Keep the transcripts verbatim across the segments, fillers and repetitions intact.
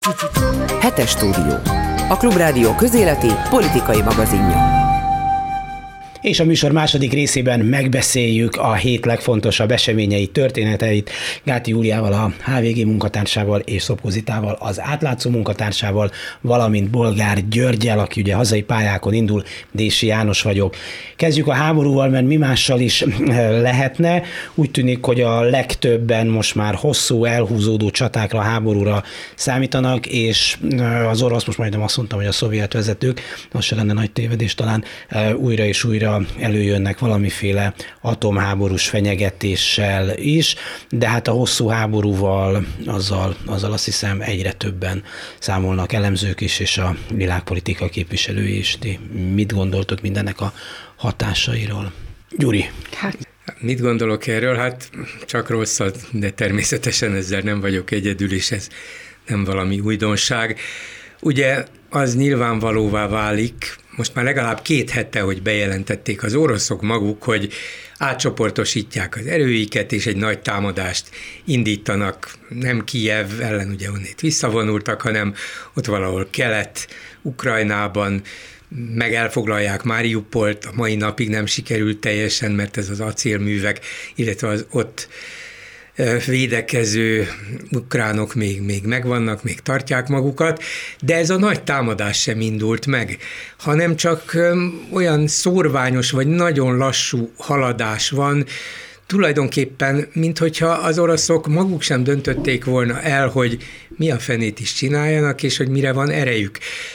Hetes stúdió. A Klubrádió közéleti politikai magazinja. És a műsor második részében megbeszéljük a hét legfontosabb eseményeit, történeteit Gáti Júliával, a há vé gé munkatársával, és Szopko Zitával, az átlátszó munkatársával, valamint Bolgár Györggyel, aki ugye hazai pályákon indul. Dési János vagyok. Kezdjük a háborúval, mert mi mással is lehetne. Úgy tűnik, hogy a legtöbben most már hosszú, elhúzódó csatákra, háborúra számítanak, és az orosz, most majdnem azt mondtam, hogy a szovjet vezetők, az se lenne nagy tévedés, talán újra és újra előjönnek valamiféle atomháborús fenyegetéssel is, de hát a hosszú háborúval, azzal, azzal azt hiszem egyre többen számolnak elemzők is, és a világpolitika képviselői is. Ti mit gondoltok mindennek a hatásairól? Gyuri? Hát, mit gondolok erről? Hát csak rosszat, de természetesen ezzel nem vagyok egyedül, és ez nem valami újdonság. Ugye az nyilvánvalóvá válik, most már legalább két hete, hogy bejelentették az oroszok maguk, hogy átcsoportosítják az erőiket, és egy nagy támadást indítanak, nem Kijev ellen, ugye onnét visszavonultak, hanem ott valahol Kelet-Ukrajnában, meg elfoglalják Mariupolt, a mai napig nem sikerült teljesen, mert ez az acélművek, illetve az ott védekező ukránok még, még megvannak, még tartják magukat, de ez a nagy támadás sem indult meg, hanem csak olyan szórványos vagy nagyon lassú haladás van, tulajdonképpen, minthogyha az oroszok maguk sem döntötték volna el, hogy mi a fenét is csináljanak, és hogy mire van erejük.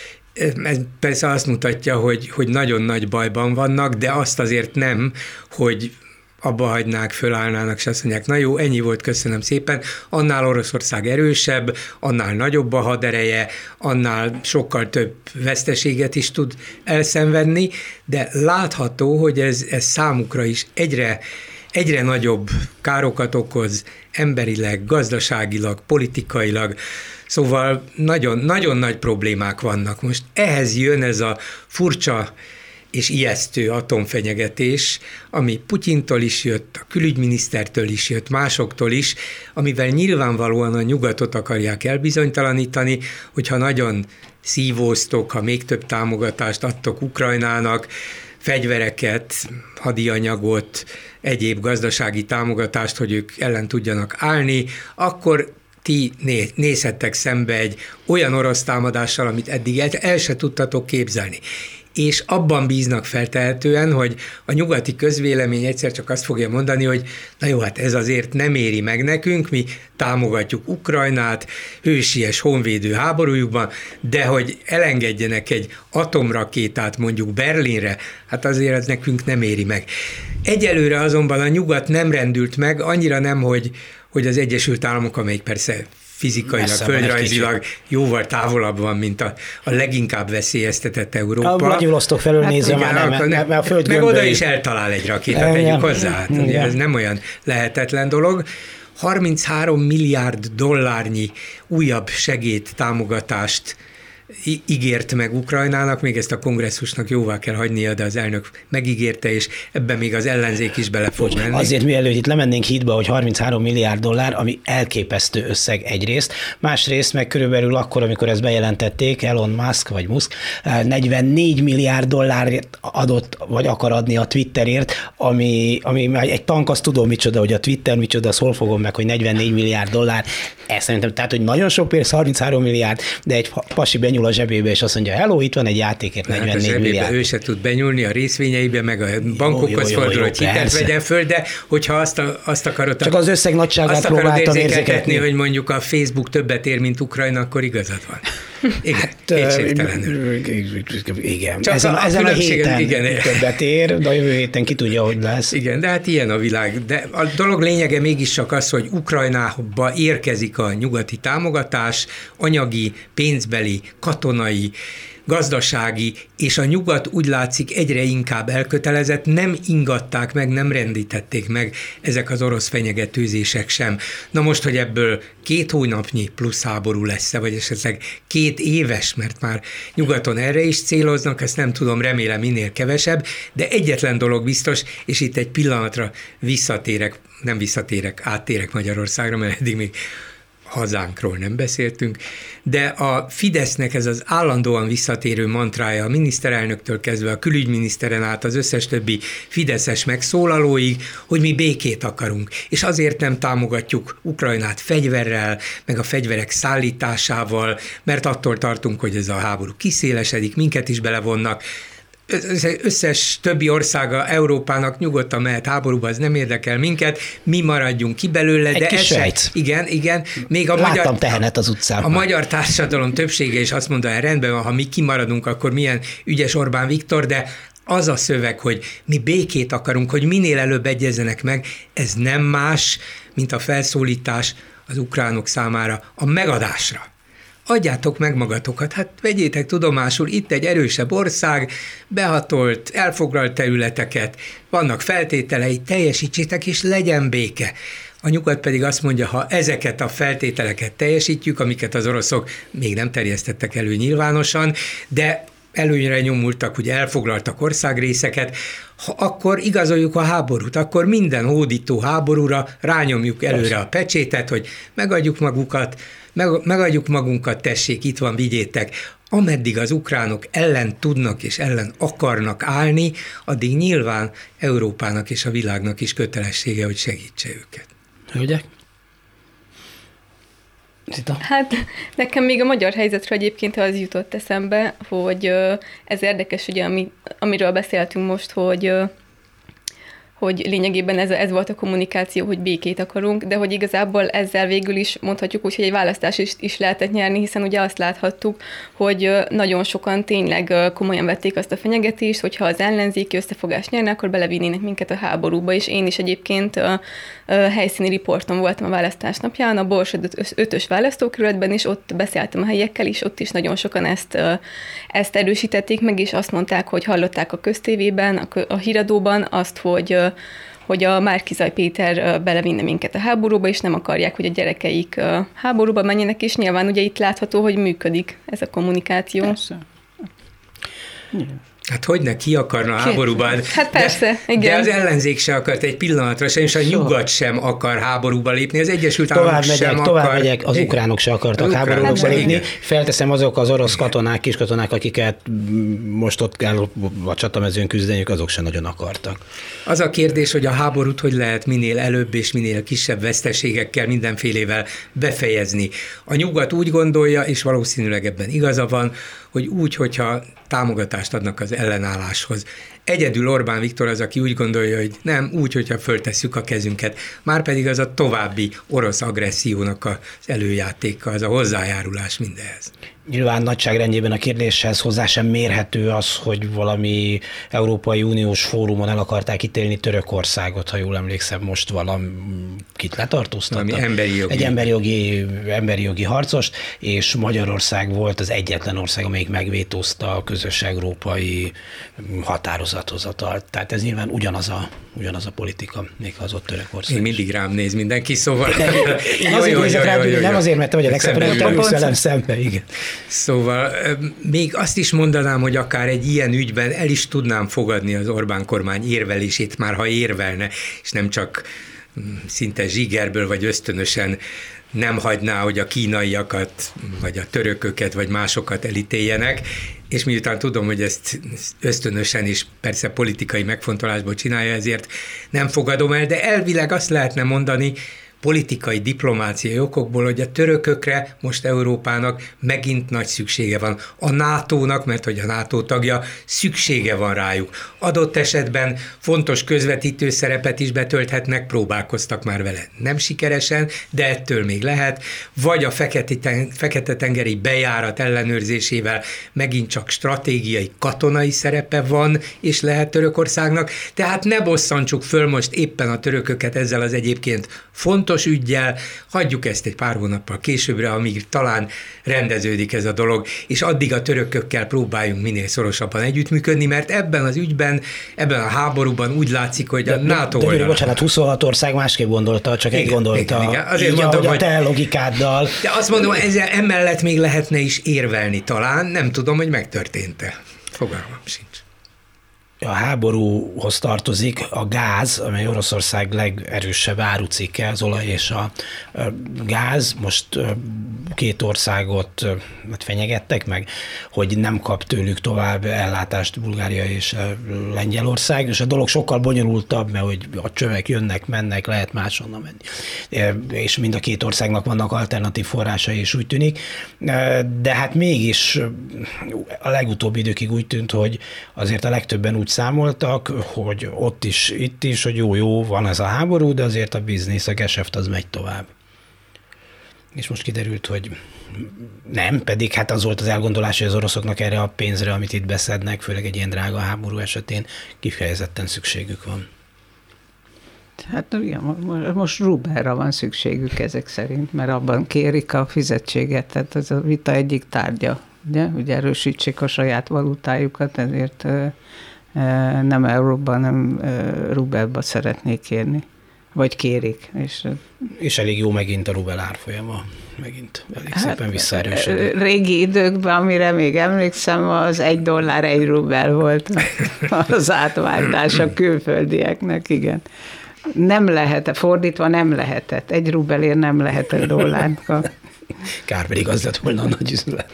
Ez persze azt mutatja, hogy, hogy nagyon nagy bajban vannak, de azt azért nem, hogy abba hagynák, fölállnának, és azt mondják, na jó, ennyi volt, köszönöm szépen, annál Oroszország erősebb, annál nagyobb a hadereje, annál sokkal több veszteséget is tud elszenvedni, de látható, hogy ez, ez számukra is egyre, egyre nagyobb károkat okoz, emberileg, gazdaságilag, politikailag, szóval nagyon, nagyon nagy problémák vannak. Most ehhez jön ez a furcsa és ijesztő atomfenyegetés, ami Putyintól is jött, a külügyminisztertől is jött, másoktól is, amivel nyilvánvalóan a nyugatot akarják elbizonytalanítani, hogyha nagyon szívóztok, ha még több támogatást adtok Ukrajnának, fegyvereket, hadianyagot, egyéb gazdasági támogatást, hogy ők ellen tudjanak állni, akkor ti nézhettek szembe egy olyan orosz támadással, amit eddig el, el se tudtatok képzelni. És abban bíznak feltehetően, hogy a nyugati közvélemény egyszer csak azt fogja mondani, hogy na jó, hát ez azért nem éri meg nekünk, mi támogatjuk Ukrajnát, hősies honvédő háborújukban, de hogy elengedjenek egy atomrakétát mondjuk Berlinre, hát azért ez nekünk nem éri meg. Egyelőre azonban a nyugat nem rendült meg, annyira nem, hogy, hogy az Egyesült Államok, amelyik persze fizikailag, messze földrajzilag jóval távolabb van, mint a, a leginkább veszélyeztetett Európa. A Vladivostok felől hát nézve már nem, nem, nem, a föld meg oda is eltalál egy rakétát, tegyük hozzá. Hát, ugye ez nem olyan lehetetlen dolog. harminchárom milliárd dollárnyi újabb segélyt, támogatást ígért meg Ukrajnának, még ezt a kongresszusnak jóvá kell hagynia, de az elnök megígérte, és ebben még az ellenzék is bele fog menni. Azért mielőtt itt lemennénk hídba, hogy harminchárom milliárd dollár, ami elképesztő összeg egyrészt, másrészt meg körülbelül akkor, amikor ezt bejelentették, Elon Musk vagy Musk negyvennégy milliárd dollárért adott, vagy akar adni a Twitterért, ami, ami egy tank, azt tudom micsoda, hogy a Twitter micsoda, azt hol fogom meg, hogy negyvennégy milliárd dollár. Ezt szerintem, tehát, hogy nagyon sok pénz, harminchárom milliárd, de egy pasi benyúl a zsebébe, és azt mondja, hello, itt van egy játékért negyvennégy hát milliárd. Ő se tud benyúlni a részvényeibe, meg a bankokhoz fordul, hogy hitelt vegyen föl, de hogyha azt, a, azt akarod, csak az összeg nagyságát próbáltam érzékeltetni, hogy mondjuk a Facebook többet ér, mint Ukrajna, akkor igazad van. Igen, hát, kétségtelenül. Igen, csak ezen, a, ezen a héten igen. többet ér, de a jövő héten ki tudja, hogy lesz. Igen, de hát ilyen a világ. De a dolog lényege mégiscsak az, hogy Ukrajnába érkezik a nyugati támogatás, anyagi, pénzbeli, katonai, gazdasági, és a nyugat úgy látszik egyre inkább elkötelezett, nem ingatták meg, nem rendítették meg ezek az orosz fenyegetőzések sem. Na most, hogy ebből két hónapnyi plusz háború lesz-e, vagy esetleg két éves, mert már nyugaton erre is céloznak, ezt nem tudom, remélem minél kevesebb, de egyetlen dolog biztos, és itt egy pillanatra visszatérek, nem visszatérek, áttérek Magyarországra, mert eddig még hazánkról nem beszéltünk, de a Fidesznek ez az állandóan visszatérő mantrája a miniszterelnöktől kezdve a külügyminiszteren át az összes többi fideszes megszólalóig, hogy mi békét akarunk, és azért nem támogatjuk Ukrajnát fegyverrel, meg a fegyverek szállításával, mert attól tartunk, hogy ez a háború kiszélesedik, minket is belevonnak. Összes többi országa Európának nyugodtan mehet háborúba, ez nem érdekel minket, mi maradjunk ki belőle, egy de kis ez Svájc. Igen, igen. Még a Láttam magyar, tehenet az utcán. A magyar társadalom többsége is azt mondta, hogy rendben van, ha mi kimaradunk, akkor milyen ügyes Orbán Viktor, de az a szöveg, hogy mi békét akarunk, hogy minél előbb egyezzenek meg, ez nem más, mint a felszólítás az ukránok számára a megadásra. Adjátok meg magatokat, hát vegyétek tudomásul, itt egy erősebb ország, behatolt, elfoglalt területeket, vannak feltételei, teljesítsétek, és legyen béke. A nyugat pedig azt mondja, ha ezeket a feltételeket teljesítjük, amiket az oroszok még nem terjesztettek elő nyilvánosan, de előnyre nyomultak, ugye elfoglaltak országrészeket, ha akkor igazoljuk a háborút, akkor minden hódító háborúra rányomjuk előre a pecsétet, hogy megadjuk magukat, meg, megadjuk magunkat, tessék, itt van, vigyétek. Ameddig az ukránok ellen tudnak és ellen akarnak állni, addig nyilván Európának és a világnak is kötelessége, hogy segítse őket. Hölgyek? Zita? Hát nekem még a magyar helyzetről egyébként az jutott eszembe, hogy ez érdekes, ugye, ami, amiről beszéltünk most, hogy hogy lényegében ez, ez volt a kommunikáció, hogy békét akarunk, de hogy igazából ezzel végül is mondhatjuk úgy, hogy egy választás is, is lehetett nyerni, hiszen ugye azt láthattuk, hogy nagyon sokan tényleg komolyan vették azt a fenyegetést, hogyha az ellenzéki összefogást nyerne, akkor belevinnének minket a háborúba, és én is egyébként a, a helyszíni riporton voltam a választás napján, a Borsod ötös választókerületben is, ott beszéltem a helyiekkel is, ott is nagyon sokan ezt, ezt erősítették meg, és azt mondták, hogy hallották a köztévében, a, a híradóban azt, hogy hogy a Márki-Zay Péter belevinne minket a háborúba, és nem akarják, hogy a gyerekeik háborúba menjenek, és nyilván ugye itt látható, hogy működik ez a kommunikáció. Persze. Hát hogyne, ki akarna háborúban? Hát persze, de, igen. De az ellenzék se akart egy pillanatra sem, és a nyugat sem akar háborúba lépni, az Egyesült Államok tovább sem megyek, akar. Tovább megyek, az ukránok se akartak háborúba lépni. Igen. Felteszem azok az orosz katonák, kiskatonák, akiket most ott kell a csatamezőn küzdeniük, azok se nagyon akartak. Az a kérdés, hogy a háborút hogy lehet minél előbb és minél kisebb veszteségekkel, mindenfélével befejezni. A nyugat úgy gondolja, és valószínűleg ebben igaza van, hogy úgy, hogyha támogatást adnak az ellenálláshoz. Egyedül Orbán Viktor az, aki úgy gondolja, hogy nem, úgy, hogyha föltesszük a kezünket. Márpedig az a további orosz agressziónak az előjátéka, az a hozzájárulás mindehez. Nyilván nagyságrendjében a kérdéshez hozzá sem mérhető az, hogy valami Európai Uniós fórumon el akarták ítélni Törökországot, ha jól emlékszem, most valamit letartóztattak. Valami emberi jogi. Egy emberi jogi, emberi jogi harcost, és Magyarország volt az egyetlen ország, amelyik megvétózta a közös európai határozathozatal. Tehát ez nyilván ugyanaz a, ugyanaz a politika, még az ott Törökország. Én mindig rám néz mindenki, szóval... Én azért nézek rá, nem azért, mert te vagy a legszebb, hanem te ülsz velem szembe, igen. Szóval még azt is mondanám, hogy akár egy ilyen ügyben el is tudnám fogadni az Orbán kormány érvelését, már ha érvelne, és nem csak szinte zsigerből vagy ösztönösen nem hagyná, hogy a kínaiakat, vagy a törököket, vagy másokat elítéljenek, és miután tudom, hogy ezt ösztönösen is persze politikai megfontolásból csinálja, ezért nem fogadom el, de elvileg azt lehetne mondani, politikai, diplomáciai okokból, hogy a törökökre most Európának megint nagy szüksége van. A nátónak, mert hogy a NATO tagja, szüksége van rájuk. Adott esetben fontos közvetítő szerepet is betölthetnek, próbálkoztak már vele. Nem sikeresen, de ettől még lehet. Vagy a Fekete-tengeri bejárat ellenőrzésével megint csak stratégiai, katonai szerepe van, és lehet Törökországnak. Tehát ne bosszantsuk föl most éppen a törököket ezzel az egyébként fontos üggyel, hagyjuk ezt egy pár hónappal későbbre, amíg talán rendeződik ez a dolog, és addig a törökökkel próbáljunk minél szorosabban együttműködni, mert ebben az ügyben, ebben a háborúban úgy látszik, hogy a NATO de, de, de bocsánat, huszonhat ország másképp gondolta, csak igen, egy gondolta. Igen, igen. Azért így, mondom, hogy a te logikáddal. De azt mondom, ezzel emellett még lehetne is érvelni talán, nem tudom, hogy megtörtént-e. Fogalmam sincs. a háborúhoz tartozik a gáz, amely Oroszország legerősebb árucikke, az olaj és a gáz. Most két országot fenyegettek meg, hogy nem kap tőlük tovább ellátást Bulgária és Lengyelország, és a dolog sokkal bonyolultabb, mert hogy a csövek jönnek, mennek, lehet máshonnan menni. És mind a két országnak vannak alternatív forrásai, és úgy tűnik. De hát mégis a legutóbbi időkig úgy tűnt, hogy azért a legtöbben úgy számoltak, hogy ott is, itt is, hogy jó-jó, van ez a háború, de azért a biznisz, a geschäft az megy tovább. És most kiderült, hogy nem, pedig hát az volt az elgondolás, hogy az oroszoknak erre a pénzre, amit itt beszednek, főleg egy ilyen drága háború esetén kifejezetten szükségük van. Hát igen, most rubelra van szükségük ezek szerint, mert abban kérik a fizetséget, tehát ez a vita egyik tárgya, ugye, hogy erősítsék a saját valutájukat, ezért nem euróban, nem rubelba szeretnék kérni, vagy kérik. És, és elég jó megint a rubel árfolyama, megint elég hát, szépen visszaerősödött. Régi időkben, amire még emlékszem, az egy dollár, egy rubel volt az átváltás a külföldieknek, igen. Nem lehet, fordítva nem lehetett. Egy rubelért nem lehetett dollárt kapni. Kár pedig az lett volna a nagy üzlet.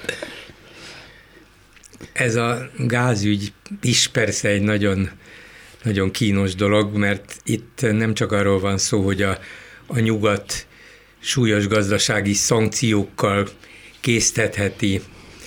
Ez a gázügy is persze egy nagyon, nagyon kínos dolog, mert itt nem csak arról van szó, hogy a, a nyugat súlyos gazdasági szankciókkal késztetheti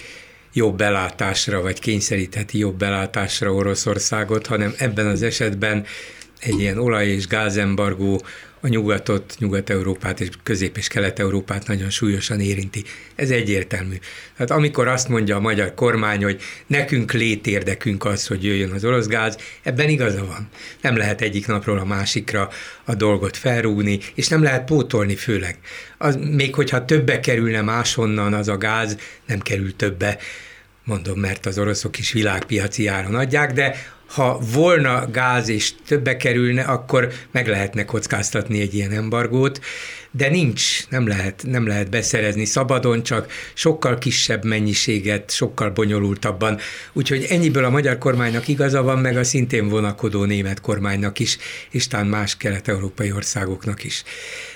jobb belátásra, vagy kényszerítheti jobb belátásra Oroszországot, hanem ebben az esetben egy ilyen olaj- és gázembargó a nyugatot, Nyugat-Európát és Közép- és Kelet-Európát nagyon súlyosan érinti. Ez egyértelmű. Tehát amikor azt mondja a magyar kormány, hogy nekünk létérdekünk az, hogy jöjjön az orosz gáz, ebben igaza van. Nem lehet egyik napról a másikra a dolgot felrúgni, és nem lehet pótolni főleg. Az, még hogyha többe kerülne máshonnan az a gáz, nem kerül többe, mondom, mert az oroszok is világpiaci áron adják, de ha volna gáz és többe kerülne, akkor meg lehetne kockáztatni egy ilyen embargót, de nincs, nem lehet, nem lehet beszerezni szabadon, csak sokkal kisebb mennyiséget, sokkal bonyolultabban. Úgyhogy ennyiből a magyar kormánynak igaza van, meg a szintén vonakodó német kormánynak is, és talán más kelet-európai országoknak is.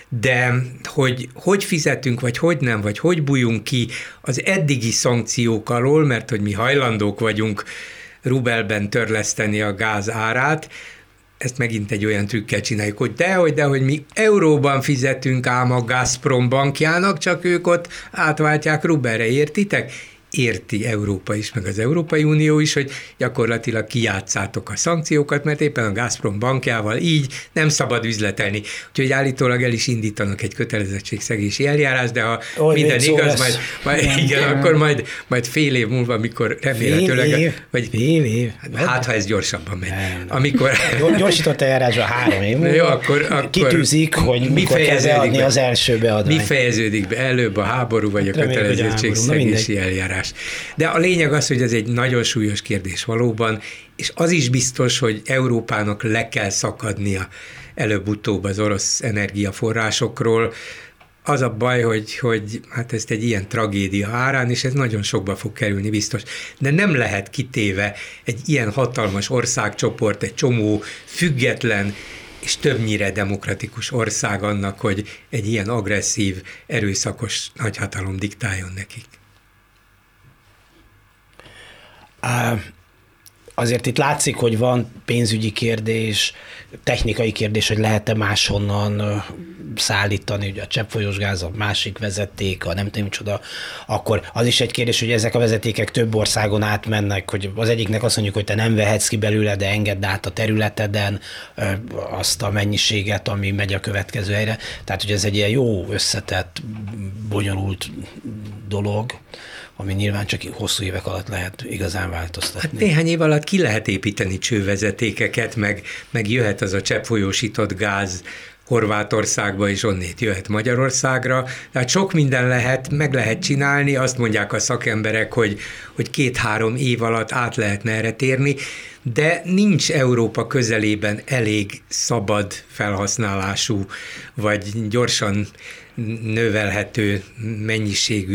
De hogy hogy fizetünk, vagy hogy nem, vagy hogy bújunk ki az eddigi szankciók alól, mert hogy mi hajlandók vagyunk rubelben törleszteni a gáz árát, ezt megint egy olyan trükkel csináljuk, hogy dehogy, dehogy mi euróban fizetünk ám a Gazprom bankjának, csak ők ott átváltják rubelre, értitek? Érti Európa is, meg az Európai Unió is, hogy gyakorlatilag kijátszátok a szankciókat, mert éppen a Gazprom bankjával így nem szabad üzletelni. Úgyhogy állítólag el is indítanak egy kötelezettségszegési eljárás, de ha Oly, minden igaz, majd, majd igen, igen, akkor majd, majd fél év múlva, amikor remélhetőleg... Fél év? Vagy, fél év? Hát, ha ez gyorsabban megy. Amikor... Gyorsított eljárásban három év múlva. Jó, akkor, akkor kitűzik, hogy mikor kezd adni az első beadvány. Mi fejeződik be előbb, a háború vagy a kötelezettségszegési eljárás? De a lényeg az, hogy ez egy nagyon súlyos kérdés valóban, és az is biztos, hogy Európának le kell szakadnia előbb-utóbb az orosz energiaforrásokról. Az a baj, hogy, hogy hát ezt egy ilyen tragédia árán, és ez nagyon sokba fog kerülni biztos. De nem lehet kitéve egy ilyen hatalmas országcsoport, egy csomó független és többnyire demokratikus ország annak, hogy egy ilyen agresszív, erőszakos nagyhatalom diktáljon nekik. Azért itt látszik, hogy van pénzügyi kérdés, technikai kérdés, hogy lehet-e máshonnan szállítani, ugye a cseppfolyós gáz, a másik vezeték, a nem tudom micsoda, akkor az is egy kérdés, hogy ezek a vezetékek több országon átmennek, hogy az egyiknek azt mondjuk, hogy te nem vehetsz ki belőle, de engedd át a területeden azt a mennyiséget, ami megy a következő helyre. Tehát, hogy ez egy ilyen jó összetett, bonyolult dolog, ami nyilván csak hosszú évek alatt lehet igazán változtatni. Hát néhány év alatt ki lehet építeni csővezetékeket, meg, meg jöhet az a cseppfolyósított gáz Horvátországba, és onnét jöhet Magyarországra. Tehát sok minden lehet, meg lehet csinálni, azt mondják a szakemberek, hogy, hogy két-három év alatt át lehetne erre térni, de nincs Európa közelében elég szabad felhasználású, vagy gyorsan növelhető mennyiségű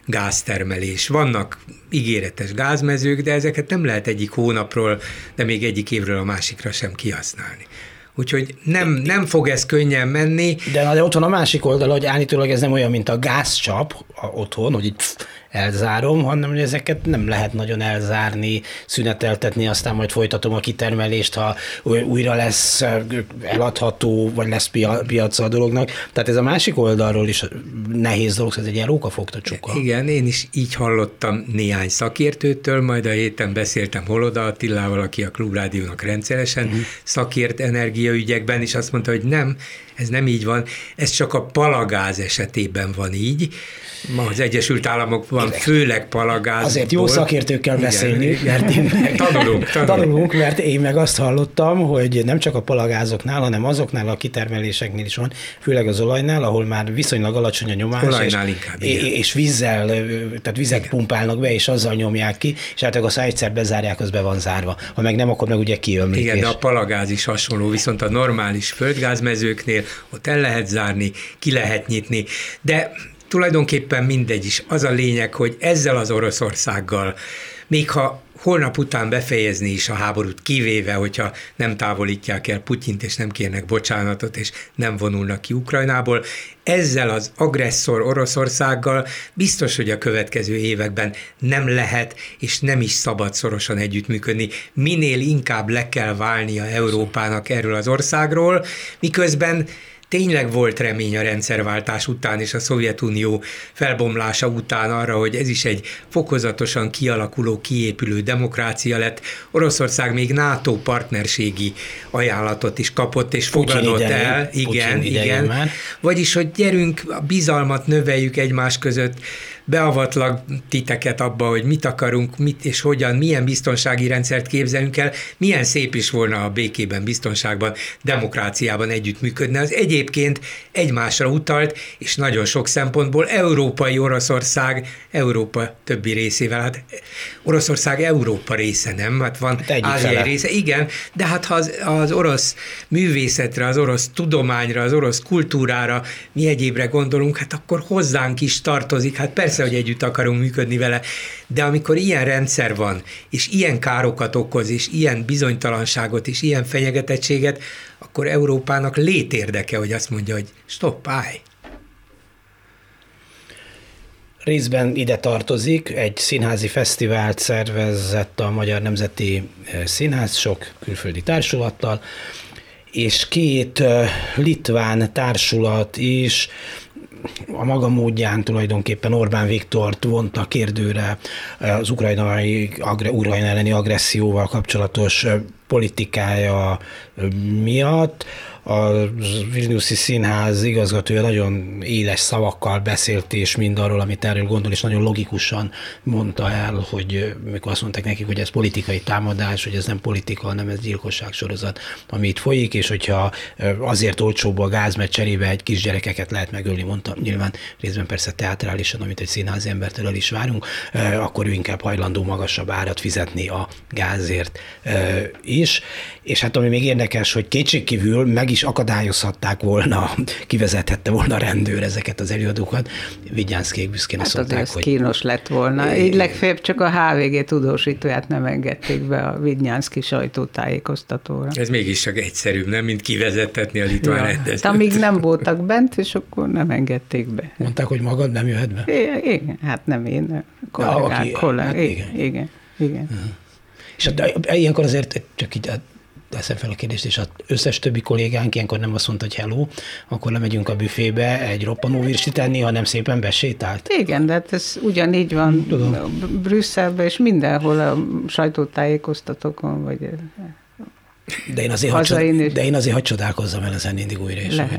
gáztermelés. Vannak ígéretes gázmezők, de ezeket nem lehet egyik hónapról, de még egyik évről a másikra sem kihasználni. Úgyhogy nem, nem fog ez könnyen menni. De, na, de ott van a másik oldal, hogy állítólag ez nem olyan, mint a gázcsap a, otthon, hogy itt pff, elzárom, hanem hogy ezeket nem lehet nagyon elzárni, szüneteltetni, aztán majd folytatom a kitermelést, ha újra lesz eladható, vagy lesz piaca a dolognak. Tehát ez a másik oldalról is nehéz dolog, ez egy ilyen rókafogta csuka. Igen, én is így hallottam néhány szakértőtől, majd a héten beszéltem Holoda Attilával, aki a Klubrádiónak rendszeresen uh-huh. szakért energiaügyekben, és azt mondta, hogy nem, ez nem így van, ez csak a palagáz esetében van így. Ma az Egyesült Államokban főleg palagázból. Azért jó szakértőkkel beszélni, igen, mert én meg, tanulunk, tanulunk. tanulunk, mert én meg azt hallottam, hogy nem csak a palagázoknál, hanem azoknál a kitermeléseknél is van, főleg az olajnál, ahol már viszonylag alacsony a nyomás, olajnál és, inkább, és vízzel, tehát vizet igen. pumpálnak be, és azzal nyomják ki, és hát ha egyszer bezárják, az be van zárva. Ha meg nem, akkor meg ugye kiömlik. Igen, és... de a palagáz is hasonló, viszont a normális földgázmezőknél ott el lehet zárni, ki lehet nyitni, de tulajdonképpen mindegy is. Az a lényeg, hogy ezzel az Oroszországgal, még ha holnap után befejezni is a háborút, kivéve, hogyha nem távolítják el Putyint, és nem kérnek bocsánatot, és nem vonulnak ki Ukrajnából, ezzel az agresszor Oroszországgal biztos, hogy a következő években nem lehet, és nem is szabad szorosan együttműködni. Minél inkább le kell válnia Európának erről az országról, miközben tényleg volt remény a rendszerváltás után és a Szovjetunió felbomlása után arra, hogy ez is egy fokozatosan kialakuló, kiépülő demokrácia lett. Oroszország még NATO partnerségi ajánlatot is kapott és fogadott idején, el. Igen, igen. Már. Vagyis, hogy gyerünk, a bizalmat növeljük egymás között, beavatlak titeket abba, hogy mit akarunk, mit és hogyan, milyen biztonsági rendszert képzelünk el, milyen szép is volna a békében, biztonságban, demokráciában együttműködni. Az egyébként egymásra utalt, és nagyon sok szempontból európai Oroszország, Európa többi részével, hát Oroszország Európa része, nem? Hát van hát ázsiai része, igen, de hát ha az, az orosz művészetre, az orosz tudományra, az orosz kultúrára, mi egyébre gondolunk, hát akkor hozzánk is tartozik, hát persze, hogy együtt akarunk működni vele, de amikor ilyen rendszer van, és ilyen károkat okoz, és ilyen bizonytalanságot, és ilyen fenyegetettséget, akkor Európának létérdeke, hogy azt mondja, hogy stopp, állj. Részben ide tartozik, egy színházi fesztivált szervezett a Magyar Nemzeti Színház sok külföldi társulattal, és két litván társulat is a maga módján tulajdonképpen Orbán Viktort vonta kérdőre az ukrajnai, Ukrajna elleni agresszióval kapcsolatos politikája miatt. A Vilniuszi Színház igazgatója nagyon éles szavakkal beszélt, és mind arról, amit erről gondol, és nagyon logikusan mondta el, hogy mikor azt mondták nekik, hogy ez politikai támadás, hogy ez nem politika, hanem ez gyilkosság sorozat, ami itt folyik, és hogyha azért olcsóbb a gáz, mert cserébe egy kisgyerekeket lehet megölni, mondta, nyilván részben persze teátrálisan, amit egy színházi embertől el is várunk, akkor ő inkább hajlandó magasabb árat fizetni a gázért is. És hát ami még érdekes, hogy kétségkívül meg is akadályozhatták volna, kivezethette volna a rendőr ezeket az előadókat. Vigyánszkék büszkén azt hát mondták, hogy... kínos lett volna. Így legfeljebb csak a há vé gé tudósítóját nem engedték be a Vigyánszki sajtótájékoztatóra. Ez mégis csak egyszerűbb, nem? Mint kivezettetni a litván ja. rendezőt. Hát, amíg nem voltak bent, és akkor nem engedték be. Mondták, hogy magad nem jöhet be? I- igen, hát nem én, kollégák, ja, aki, kollégák. Hát igen. igen, igen. igen. Uh-huh. És hát, ilyenkor azért csak így teszem fel a kérdést, és az összes többi kollégánk ilyenkor nem azt mondta, hogy hello, akkor lemegyünk a büfébe egy roppanóvirsit enni, hanem szépen besétált. Igen, de hát ez ugyanígy van Tudom. Brüsszelben, és mindenhol a sajtótájékoztatókon, vagy de én azért, hadd, is... de én azért hadd csodálkozzam el ezen mindig újra és Lehet. újra.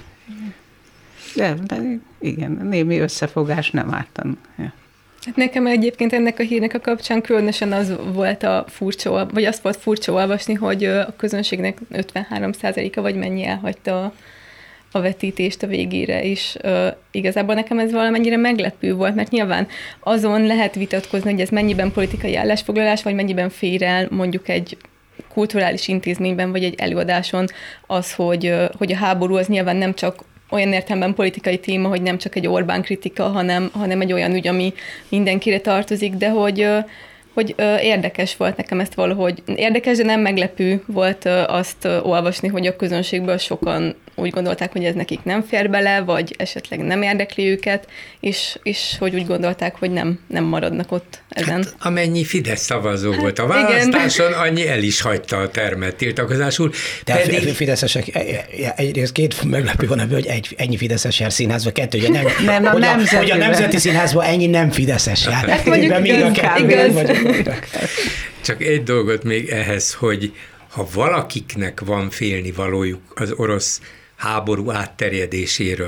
De, de igen, némi összefogás nem ártan. Ja. Hát nekem egyébként ennek a hírnek a kapcsán különösen az volt a furcsa, vagy azt volt furcsa olvasni, hogy a közönségnek ötvenhárom százaléka vagy mennyi elhagyta a, a vetítést a végére, és uh, igazából nekem ez valamennyire meglepő volt, mert nyilván azon lehet vitatkozni, hogy ez mennyiben politikai állásfoglalás, vagy mennyiben fér el mondjuk egy kulturális intézményben, vagy egy előadáson az, hogy, hogy a háború az nyilván nem csak olyan értelemben politikai téma, hogy nem csak egy Orbán kritika, hanem, hanem egy olyan ügy, ami mindenkire tartozik, de hogy, hogy érdekes volt nekem ezt valahogy, érdekes, de nem meglepő volt azt olvasni, hogy a közönségből sokan úgy gondolták, hogy ez nekik nem fér bele, vagy esetleg nem érdekli őket, és, és hogy úgy gondolták, hogy nem, nem maradnak ott ezen. Hát, amennyi Fidesz szavazó hát, volt a választáson, igen. annyi el is hagyta a termet tiltakozásul. De pedig... a fideszesek, egyrészt két meglepő van ebből, hogy egy, ennyi fideszes jár színházba, kettő, hogy a, nem, nem, a, hogy nemzeti, a, hogy a Nemzeti Színházba ennyi nem fideszes jár. Hát mondjuk igaz, igaz. Csak egy dolgot még ehhez, hogy ha valakiknek van félni valójuk az orosz háború átterjedéséről,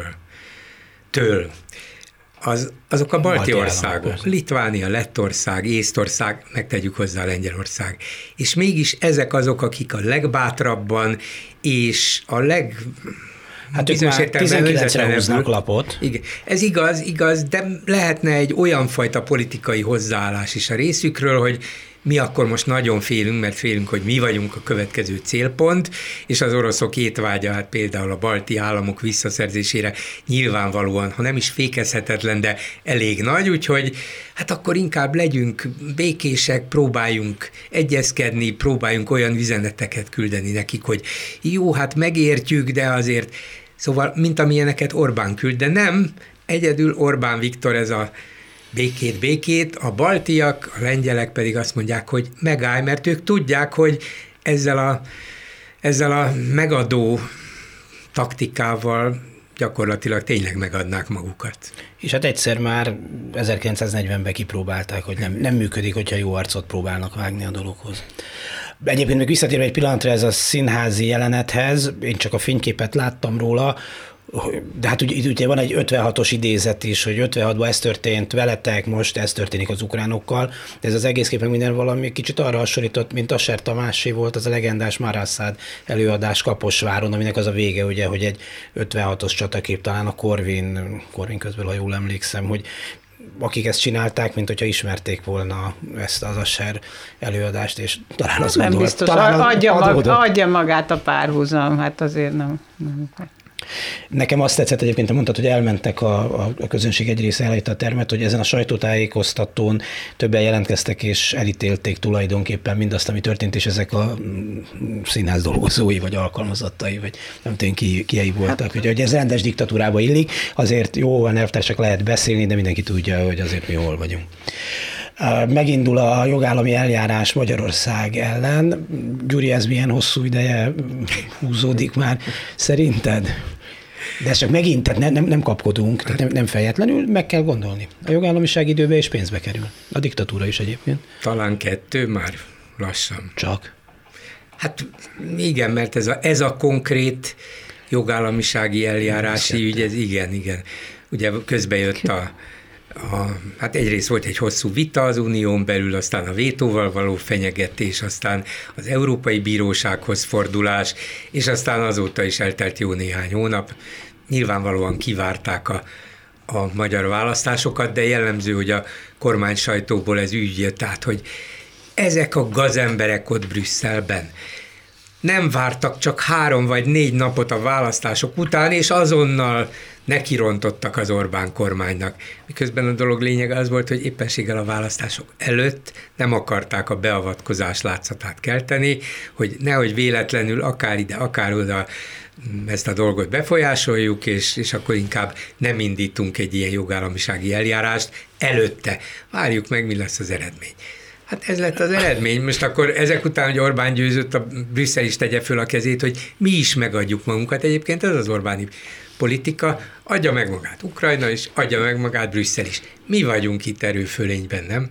től, az, azok a balti, balti országok, államok, Litvánia, Lettország, Észtország, megtegyük hozzá Lengyelország. És mégis ezek azok, akik a legbátrabban és a leg... Hát ők már tizenkilencre húznak lapot. Igen. Ez igaz, igaz, de lehetne egy olyan fajta politikai hozzáállás is a részükről, hogy mi akkor most nagyon félünk, mert félünk, hogy mi vagyunk a következő célpont, és az oroszok étvágya, hát például a balti államok visszaszerzésére nyilvánvalóan, ha nem is fékezhetetlen, de elég nagy, úgyhogy hát akkor inkább legyünk békések, próbáljunk egyezkedni, próbáljunk olyan üzeneteket küldeni nekik, hogy jó, hát megértjük, de azért, szóval, mint amilyeneket Orbán küld, de nem, egyedül Orbán Viktor ez a békét, békét, a baltiak, a lengyelek pedig azt mondják, hogy megállj, mert ők tudják, hogy ezzel a, ezzel a megadó taktikával gyakorlatilag tényleg megadnák magukat. És hát egyszer már ezerkilencszáznegyvenben kipróbálták, hogy nem, nem működik, hogyha jó arcot próbálnak vágni a dologhoz. Egyébként még visszatérve egy pillanatra ez a színházi jelenethez, én csak a fényképet láttam róla, de hát ugye, ugye van egy ötvenhatos idézet is, hogy ötvenhatban ez történt veletek, most ez történik az ukránokkal, de ez az egész képen minden valami kicsit arra hasonlított, mint Asser Tamásé volt az a legendás Marászád előadás Kaposváron, aminek az a vége, ugye, hogy egy ötvenhatos csatakép, talán a Korvin, Korvin közben, ha jól emlékszem, hogy akik ezt csinálták, mint hogyha ismerték volna ezt az Asser előadást, és talán az nem gondolat, biztos, talán adja, mag, adja magát a párhuzam, hát azért nem... nem. Nekem azt tetszett egyébként, te mondtad, hogy elmentek a, a közönség egy része elhagyta a termet, hogy ezen a sajtótájékoztatón többen jelentkeztek és elítélték tulajdonképpen mindazt, ami történt, és ezek a színház dolgozói, vagy alkalmazottai, vagy nem tudom, ki, kiei voltak. Hát, hogy ez rendes diktatúrába illik, azért jó, a elvtársak lehet beszélni, de mindenki tudja, hogy azért mi hol vagyunk. Megindul a jogállami eljárás Magyarország ellen. Gyuri, ez milyen hosszú ideje húzódik már szerinted? De ez csak megint, tehát nem, nem, nem kapkodunk, tehát nem, nem fejetlenül, meg kell gondolni. A jogállamiság időbe és pénzbe kerül. A diktatúra is egyébként. Talán kettő már lassan. Csak? Hát igen, mert ez a, ez a konkrét jogállamisági eljárási ügy, ez igen, igen. Ugye közben jött a A, hát egyrészt volt egy hosszú vita az unión belül, aztán a vétóval való fenyegetés, aztán az Európai Bírósághoz fordulás, és aztán azóta is eltelt jó néhány hónap. Nyilvánvalóan kivárták a, a magyar választásokat, de jellemző, hogy a kormány sajtóból ez ügy jött át, hogy ezek a gazemberek ott Brüsszelben nem vártak csak három vagy négy napot a választások után, és azonnal nekirontottak az Orbán kormánynak. Miközben a dolog lényege az volt, hogy éppenséggel a választások előtt nem akarták a beavatkozás látszatát kelteni, hogy nehogy véletlenül akár ide, akár oda ezt a dolgot befolyásoljuk, és, és akkor inkább nem indítunk egy ilyen jogállamisági eljárást előtte. Várjuk meg, mi lesz az eredmény. Hát ez lett az eredmény. Most akkor ezek után, hogy Orbán győzött, a Brüsszel is tegye föl a kezét, hogy mi is megadjuk magunkat. Egyébként ez az Orbáni politika, adja meg magát Ukrajna is, adja meg magát Brüsszel is. Mi vagyunk itt erőfölényben, nem?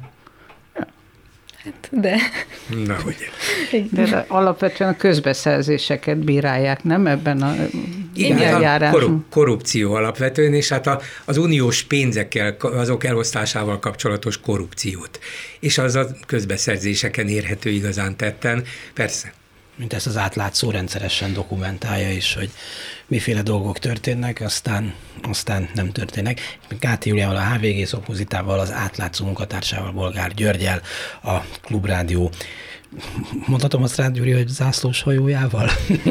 Hát, de... Na, hogy? De alapvetően a közbeszerzéseket bírálják, nem ebben a eljárásban? Korrupció alapvetően, és hát a, az uniós pénzekkel, azok elosztásával kapcsolatos korrupciót. És az a közbeszerzéseken érhető igazán tetten, persze. Mint ezt az átlátszó rendszeresen dokumentálja is, hogy miféle dolgok történnek, aztán, aztán nem történnek. Gáti Júliával, a há vé gé Szopozitával, az átlátszó munkatársával, Bolgár Györgyel, a Klubrádió, mondhatom azt rád, Gyuri, hogy zászlós hajójával?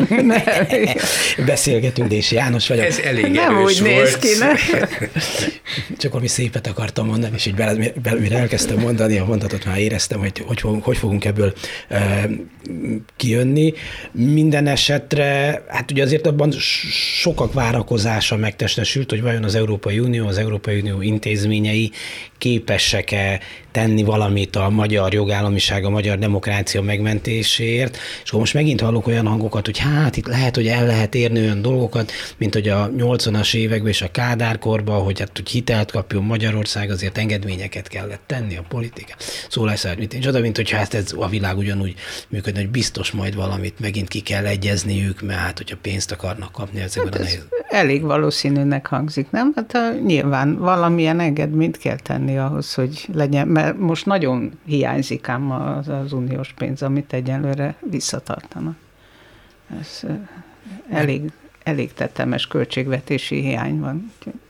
Beszélgetünk, és János vagyok. Ez elég nem erős úgy volt. néz ki, ne? Csak valami szépet akartam mondani, és így bele, belőle elkezdtem mondani, a mondatot már éreztem, hogy hogy fogunk, hogy fogunk ebből e, kijönni. Minden esetre, hát ugye azért abban sokak várakozása megtestesült, hogy vajon az Európai Unió, az Európai Unió intézményei képesek-e tenni valamit a magyar jogállamiság, a magyar demokrácia megmentéséért, és akkor most megint hallok olyan hangokat, hogy hát itt lehet, hogy el lehet érni olyan dolgokat, mint hogy a nyolcvanas években és a Kádár korban, hogy hát hogy hitelt kapjon Magyarország, azért engedményeket kellett tenni a politika. Szólásszabad, mint én csoda, mint hogyha hát ez a világ ugyanúgy működne, hogy biztos majd valamit megint ki kell egyezniük, mert hát hogyha pénzt akarnak kapni ezekben hát a nehéz. Elég valószínűnek hangzik, nem? Hát a, nyilván valamilyen engedményt kell tenni ahhoz, hogy legyen, mert most nagyon hiányzik ám az, az uniós pénz, amit egyelőre visszatartanak. Ez elég, elég tetemes költségvetési hiány van.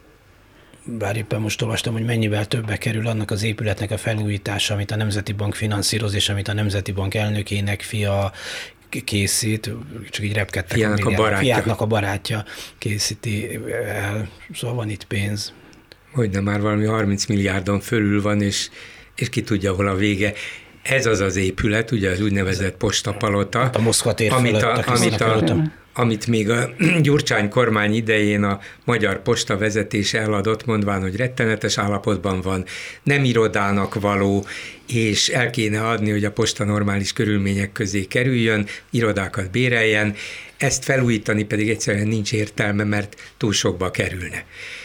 Bár éppen most olvastam, hogy mennyivel többe kerül annak az épületnek a felújítása, amit a Nemzeti Bank finanszíroz, és amit a Nemzeti Bank elnökének fia készít, csak így repkedtek. Fiának a, a barátja. Fiáknak a barátja készíti el, szóval van itt pénz. Hogyne, már valami harminc milliárdon fölül van, és, és ki tudja, hol a vége. Ez az az épület, ugye az úgynevezett postapalota, a Moszkva tér amit, fölött, a, amit, a, amit még a Gyurcsány kormány idején a Magyar Posta vezetése eladott, mondván, hogy rettenetes állapotban van, nem irodának való, és el kéne adni, hogy a posta normális körülmények közé kerüljön, irodákat béreljen, ezt felújítani pedig egyszerűen nincs értelme, mert túl sokba kerülne.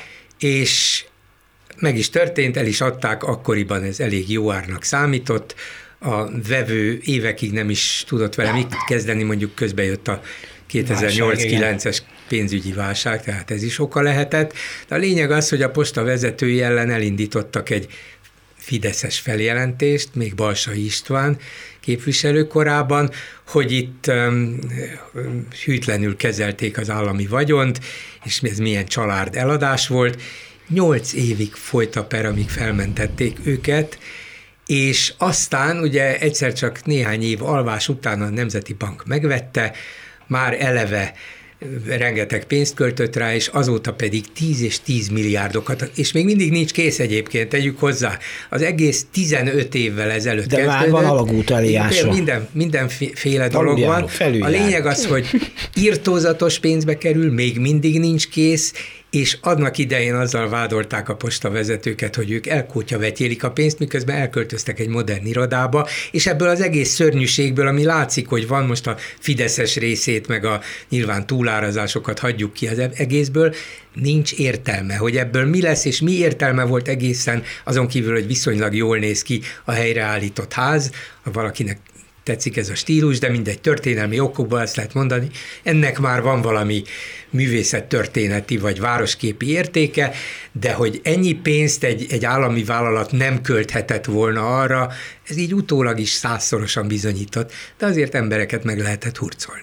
És meg is történt, el is adták, akkoriban ez elég jó árnak számított, a vevő évekig nem is tudott vele mit kezdeni, mondjuk közben jött a kétezer-nyolc kilences pénzügyi válság, tehát ez is oka lehetett. De a lényeg az, hogy a posta vezetői ellen elindítottak egy fideszes feljelentést, még Balsai István képviselő korában, hogy itt um, hűtlenül kezelték az állami vagyont, és ez milyen család eladás volt. Nyolc évig folyt a per, amíg felmentették őket, és aztán ugye egyszer csak néhány év alvás után a Nemzeti Bank megvette, már eleve rengeteg pénzt költött rá, és azóta pedig tíz és tíz milliárdokat, és még mindig nincs kész egyébként, tegyük hozzá. Az egész tizenöt évvel ezelőtt de kezdődött. De már van alagút eljárva. Minden, mindenféle dolog van. A lényeg az, hogy irtózatos pénzbe kerül, még mindig nincs kész, és adnak idején azzal vádolták a postavezetőket, hogy ők elkótyavetyélik a pénzt, miközben elköltöztek egy modern irodába, és ebből az egész szörnyűségből, ami látszik, hogy van, most a fideszes részét, meg a nyilván túlárazásokat hagyjuk ki az egészből, nincs értelme, hogy ebből mi lesz, és mi értelme volt egészen, azon kívül, hogy viszonylag jól néz ki a helyreállított ház, ha valakinek tetszik ez a stílus, de mindegy, történelmi okokból ezt lehet mondani, ennek már van valami művészettörténeti vagy városképi értéke, de hogy ennyi pénzt egy, egy állami vállalat nem költhetett volna arra, ez így utólag is százszorosan bizonyított, de azért embereket meg lehetett hurcolni.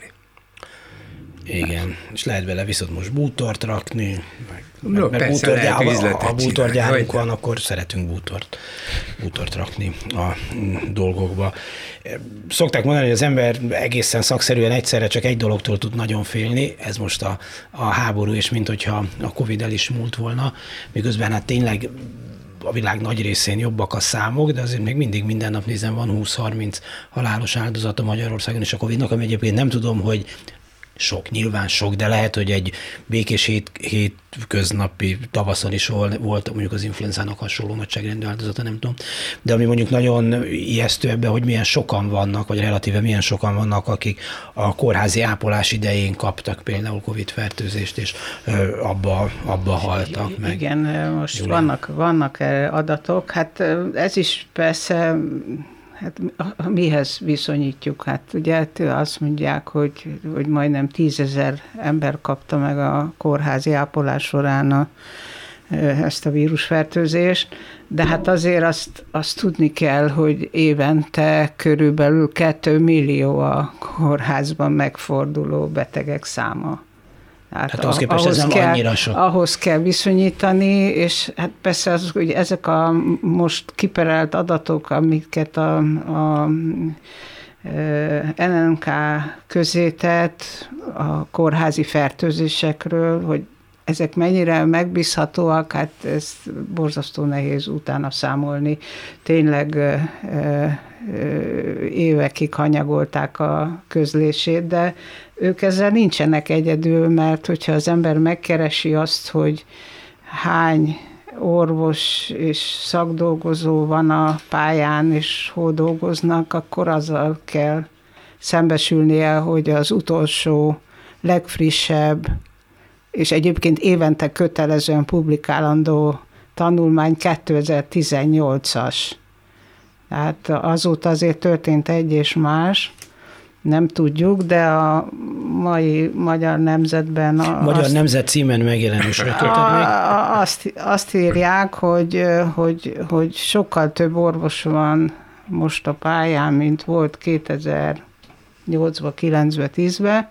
Igen, és lehet vele viszont most bútort rakni, meg, no, mert persze, bútorgyá, lehet ha bútorgyárunk van, akkor szeretünk bútort, bútort rakni a dolgokba. Szokták mondani, hogy az ember egészen szakszerűen egyszerre csak egy dologtól tud nagyon félni, ez most a, a háború, és mint hogyha a Covid el is múlt volna, miközben hát tényleg a világ nagy részén jobbak a számok, de azért még mindig minden nap nézem, van húsz-harminc halálos áldozat a Magyarországon és a Covidnak, ami egyébként nem tudom, hogy sok, nyilván sok, de lehet, hogy egy békés hét, hétköznapi tavaszon is volt mondjuk az influenzának hasonló nagyságrendű áldozata, nem tudom. De ami mondjuk nagyon ijesztő ebben, hogy milyen sokan vannak, vagy relatíve milyen sokan vannak, akik a kórházi ápolás idején kaptak például Covid-fertőzést, és abba, abba haltak meg. Igen, most vannak, vannak adatok, hát ez is persze. Hát mihez viszonyítjuk? Hát ugye azt mondják, hogy, hogy majdnem tízezer ember kapta meg a kórházi ápolás során a, ezt a vírusfertőzést, de hát azért azt, azt tudni kell, hogy évente körülbelül két millió a kórházban megforduló betegek száma. Hát, hát ahhoz képest ez nem kell, annyira sok. Ahhoz kell viszonyítani, és hát persze az, hogy ezek a most kiperelt adatok, amiket a, a en en ká közé tett a kórházi fertőzésekről, hogy ezek mennyire megbízhatóak, hát ezt borzasztó nehéz utána számolni. Tényleg ö, ö, évekig hanyagolták a közlését, de ők ezzel nincsenek egyedül, mert hogyha az ember megkeresi azt, hogy hány orvos és szakdolgozó van a pályán, és hol dolgoznak, akkor azzal kell szembesülnie, hogy az utolsó, legfrissebb, és egyébként évente kötelezően publikálandó tanulmány kétezer-tizennyolcas. Tehát azóta azért történt egy és más, nem tudjuk, de a mai Magyar Nemzetben... A, Magyar azt, Nemzet címen megjelenésre töltött még? Azt, azt írják, hogy, hogy, hogy sokkal több orvos van most a pályán, mint volt kétezer-nyolcban, kilencben, tízben.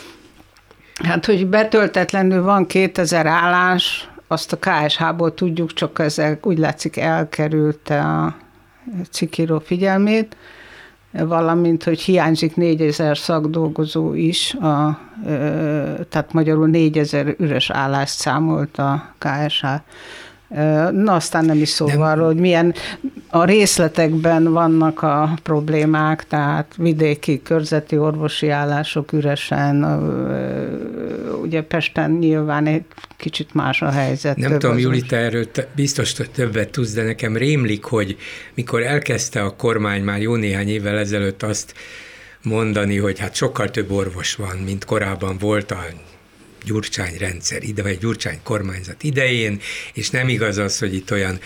Hát, hogy betöltetlenül van kétezer állás, azt a ká es há-ból tudjuk, csak ezzel úgy látszik elkerülte a cikkíró figyelmét, valamint, hogy hiányzik négyezer szakdolgozó is, a, tehát magyarul négyezer üres állást számolt a ká es há. Na, aztán nem is szó arról, hogy milyen a részletekben vannak a problémák, tehát vidéki körzeti orvosi állások üresen, ugye Pesten nyilván egy kicsit más a helyzet. Nem tudom, Julita, erről biztos többet tudsz, de nekem rémlik, hogy mikor elkezdte a kormány már jó néhány évvel ezelőtt azt mondani, hogy hát sokkal több orvos van, mint korábban volt a Gyurcsány rendszer ide, vagy Gyurcsány kormányzat idején, és nem igaz az, hogy itt olyan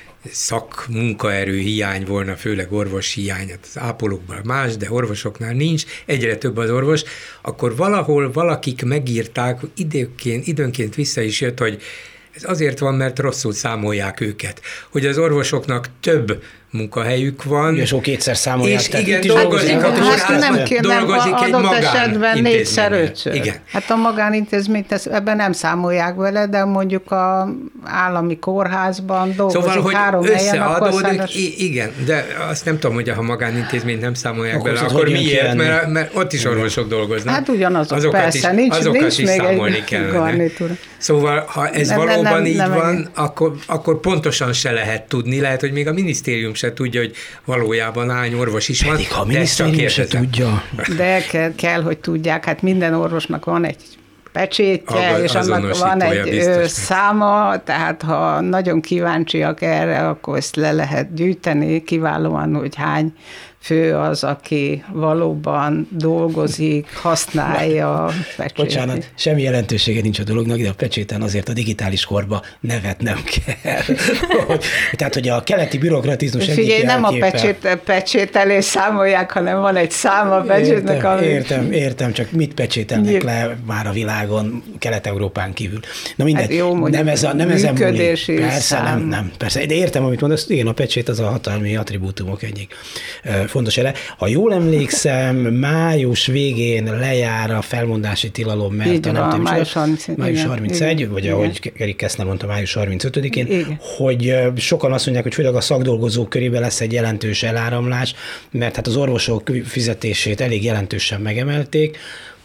szakmunkaerő hiány volna, főleg orvos hiány, az ápolókban más, de orvosoknál nincs, egyre több az orvos, akkor valahol valakik megírták, időnként, időnként vissza is jött, hogy ez azért van, mert rosszul számolják őket, hogy az orvosoknak több munkahelyük van. És kétszer számolják. És igen, dolgozik a kórházban, dolgozik egy magánintézményben. Igen. Hát a magánintézményt ebben nem számolják vele, de mondjuk az állami kórházban dolgozik szóval, hogy három helyen, akkor szándás... Igen, de azt nem tudom, hogy ha magánintézményt nem számolják akkor vele, akkor miért? Mert, mert ott is orvosok dolgoznak. Hát ugyanazok, azokat persze, is, nincs, azokat nincs is még számolni egy kellene. garnitúra. Szóval, ha ez nem, valóban nem, nem, így nem van, akkor, akkor pontosan se lehet tudni, lehet, hogy még a minisztérium se tudja, hogy valójában hány orvos is van. Pedig ha a minisztérium se tudja. De kell, kell, hogy tudják, hát minden orvosnak van egy pecsétje, Aga, és annak van egy biztos, száma, tehát ha nagyon kíváncsiak erre, akkor ezt le lehet gyűjteni kiválóan, hogy hány fő az, aki valóban dolgozik, használja a pecsétet. Bocsánat, semmi jelentősége nincs a dolognak, de a pecséten azért a digitális korba nevetnem kell. Tehát, hogy a keleti bürokratizmus egyik Figyelj, nem jelképe... a pecsét, pecsételés számolják, hanem van egy száma a pecsétnek. Értem, ami... értem, értem, csak mit pecsételnek le már a világon, Kelet-Európán kívül. Na mindegy, hát jó, nem ez a, nem ezen múlik. Persze, nem, nem, persze. De értem, amit mondasz, igen, a pecsét az a hatalmi attribútumok egyik fontos ele. Ha jól emlékszem, május végén lejár a felmondási tilalom, mert így a nem tudom, május harmincegy, május harmincegy igen, vagy igen. Ahogy Erik Keszner mondta, május harmincötödikén, igen. Hogy sokan azt mondják, hogy főleg a szakdolgozók körében lesz egy jelentős eláramlás, mert hát az orvosok fizetését elég jelentősen megemelték,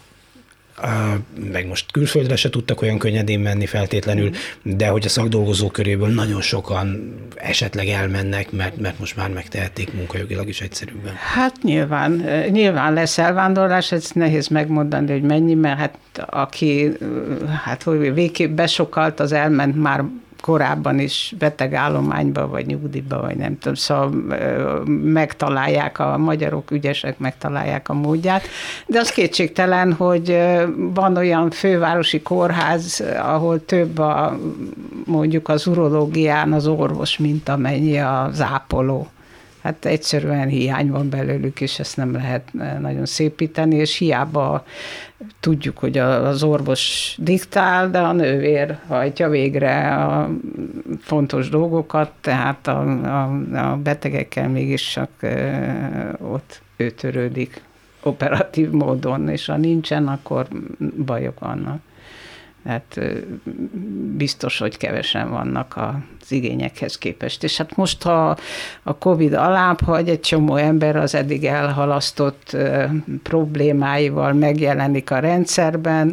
meg most külföldre se tudtak olyan könnyedén menni feltétlenül, de hogy a szakdolgozók köréből nagyon sokan esetleg elmennek, mert, mert most már megtehették munkajogilag is egyszerűbben. Hát nyilván, nyilván lesz elvándorlás, ez nehéz megmondani, hogy mennyi, mert hát aki hát, hogy végképp besokalt, az elment már korábban is betegállományba, vagy nyugdíjba, vagy nem tudom, szóval megtalálják a magyarok, ügyesek megtalálják a módját, de az kétségtelen, hogy van olyan fővárosi kórház, ahol több a, mondjuk az urológián az orvos, mint amennyi az ápoló. Hát egyszerűen hiány van belőlük, és ezt nem lehet nagyon szépíteni, és hiába tudjuk, hogy az orvos diktál, de a nővér hajtja végre a fontos dolgokat, tehát a, a, a betegekkel mégis csak ott ő törődik operatív módon, és ha nincsen, akkor bajok vannak. Hát biztos, hogy kevesen vannak az igényekhez képest. És hát most, ha a Covid alább hagy, egy csomó ember az eddig elhalasztott problémáival megjelenik a rendszerben.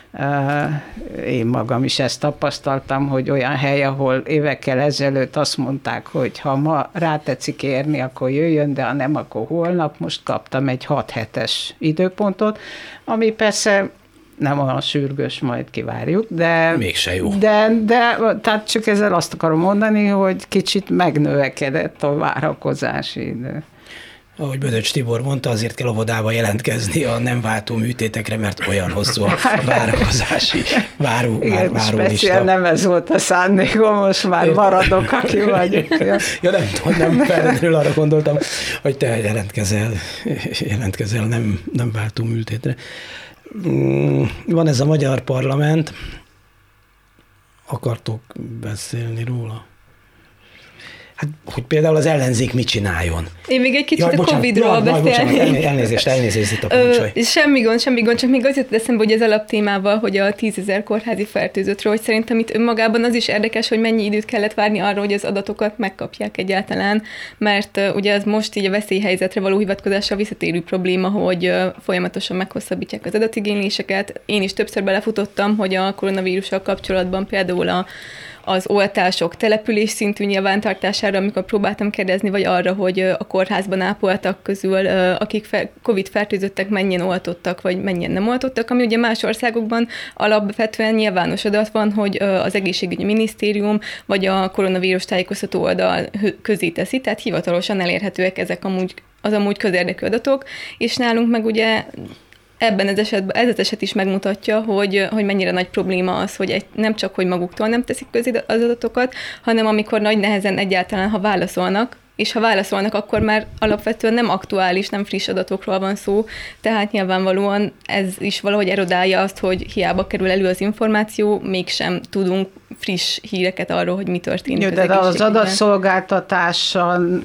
Én magam is ezt tapasztaltam, hogy olyan hely, ahol évekkel ezelőtt azt mondták, hogy ha ma rátetszik érni, akkor jöjjön, de ha nem, akkor holnap. Most kaptam egy hat hetes időpontot, ami persze nem olyan sürgős, majd kivárjuk, de... Mégse jó. De, de tehát csak ezzel azt akarom mondani, hogy kicsit megnövekedett a várakozási idő. Ahogy Bödöcs Tibor mondta, azért kell óvodába jelentkezni a nem váltó műtétekre, mert olyan hosszú a várakozási váró, Igen, váró speciál nem ez volt a szándékom, most már maradok, aki vagyok. Ja, ja nem tudom, nem feltétlenül arra gondoltam, hogy te jelentkezel, jelentkezel nem, nem váltó műtétre. Van ez a magyar parlament, akartok beszélni róla? Hát, hogy például az ellenzék mit csináljon. Én még egy kicsit Jaj, a bocsánat, Covid-ról jaj, beszélnék. Bocsánat, elnézést, elnézést itt a parancsolj. Semmi gond, semmi gond, csak még az jutott eszembe, hogy az alaptémával, hogy a tízezer kórházi fertőzöttről, hogy szerintem itt önmagában az is érdekes, hogy mennyi időt kellett várni arra, hogy az adatokat megkapják egyáltalán, mert uh, ugye az most így a veszélyhelyzetre való hivatkozással visszatérő probléma, hogy uh, folyamatosan meghosszabbítják az adatigényléseket. Én is többször belefutottam, hogy a koronavírussal kapcsolatban például a az oltások település szintű nyilvántartására, amikor próbáltam kérdezni, vagy arra, hogy a kórházban ápoltak közül, akik Covid-fertőzöttek, mennyien oltottak, vagy mennyien nem oltottak, ami ugye más országokban alapvetően nyilvános adat van, hogy az egészségügyi minisztérium, vagy a koronavírus tájékoztató oldal közé teszi, tehát hivatalosan elérhetőek ezek amúgy, az amúgy közérdekű adatok, és nálunk meg ugye ebben az esetben, ez az eset is megmutatja, hogy, hogy mennyire nagy probléma az, hogy egy, nem csak, hogy maguktól nem teszik közé az adatokat, hanem amikor nagy nehezen egyáltalán, ha válaszolnak, és ha válaszolnak, akkor már alapvetően nem aktuális, nem friss adatokról van szó, tehát nyilvánvalóan ez is valahogy erodálja azt, hogy hiába kerül elő az információ, mégsem tudunk friss híreket arról, hogy mi történik. Jó, de az, az adatszolgáltatással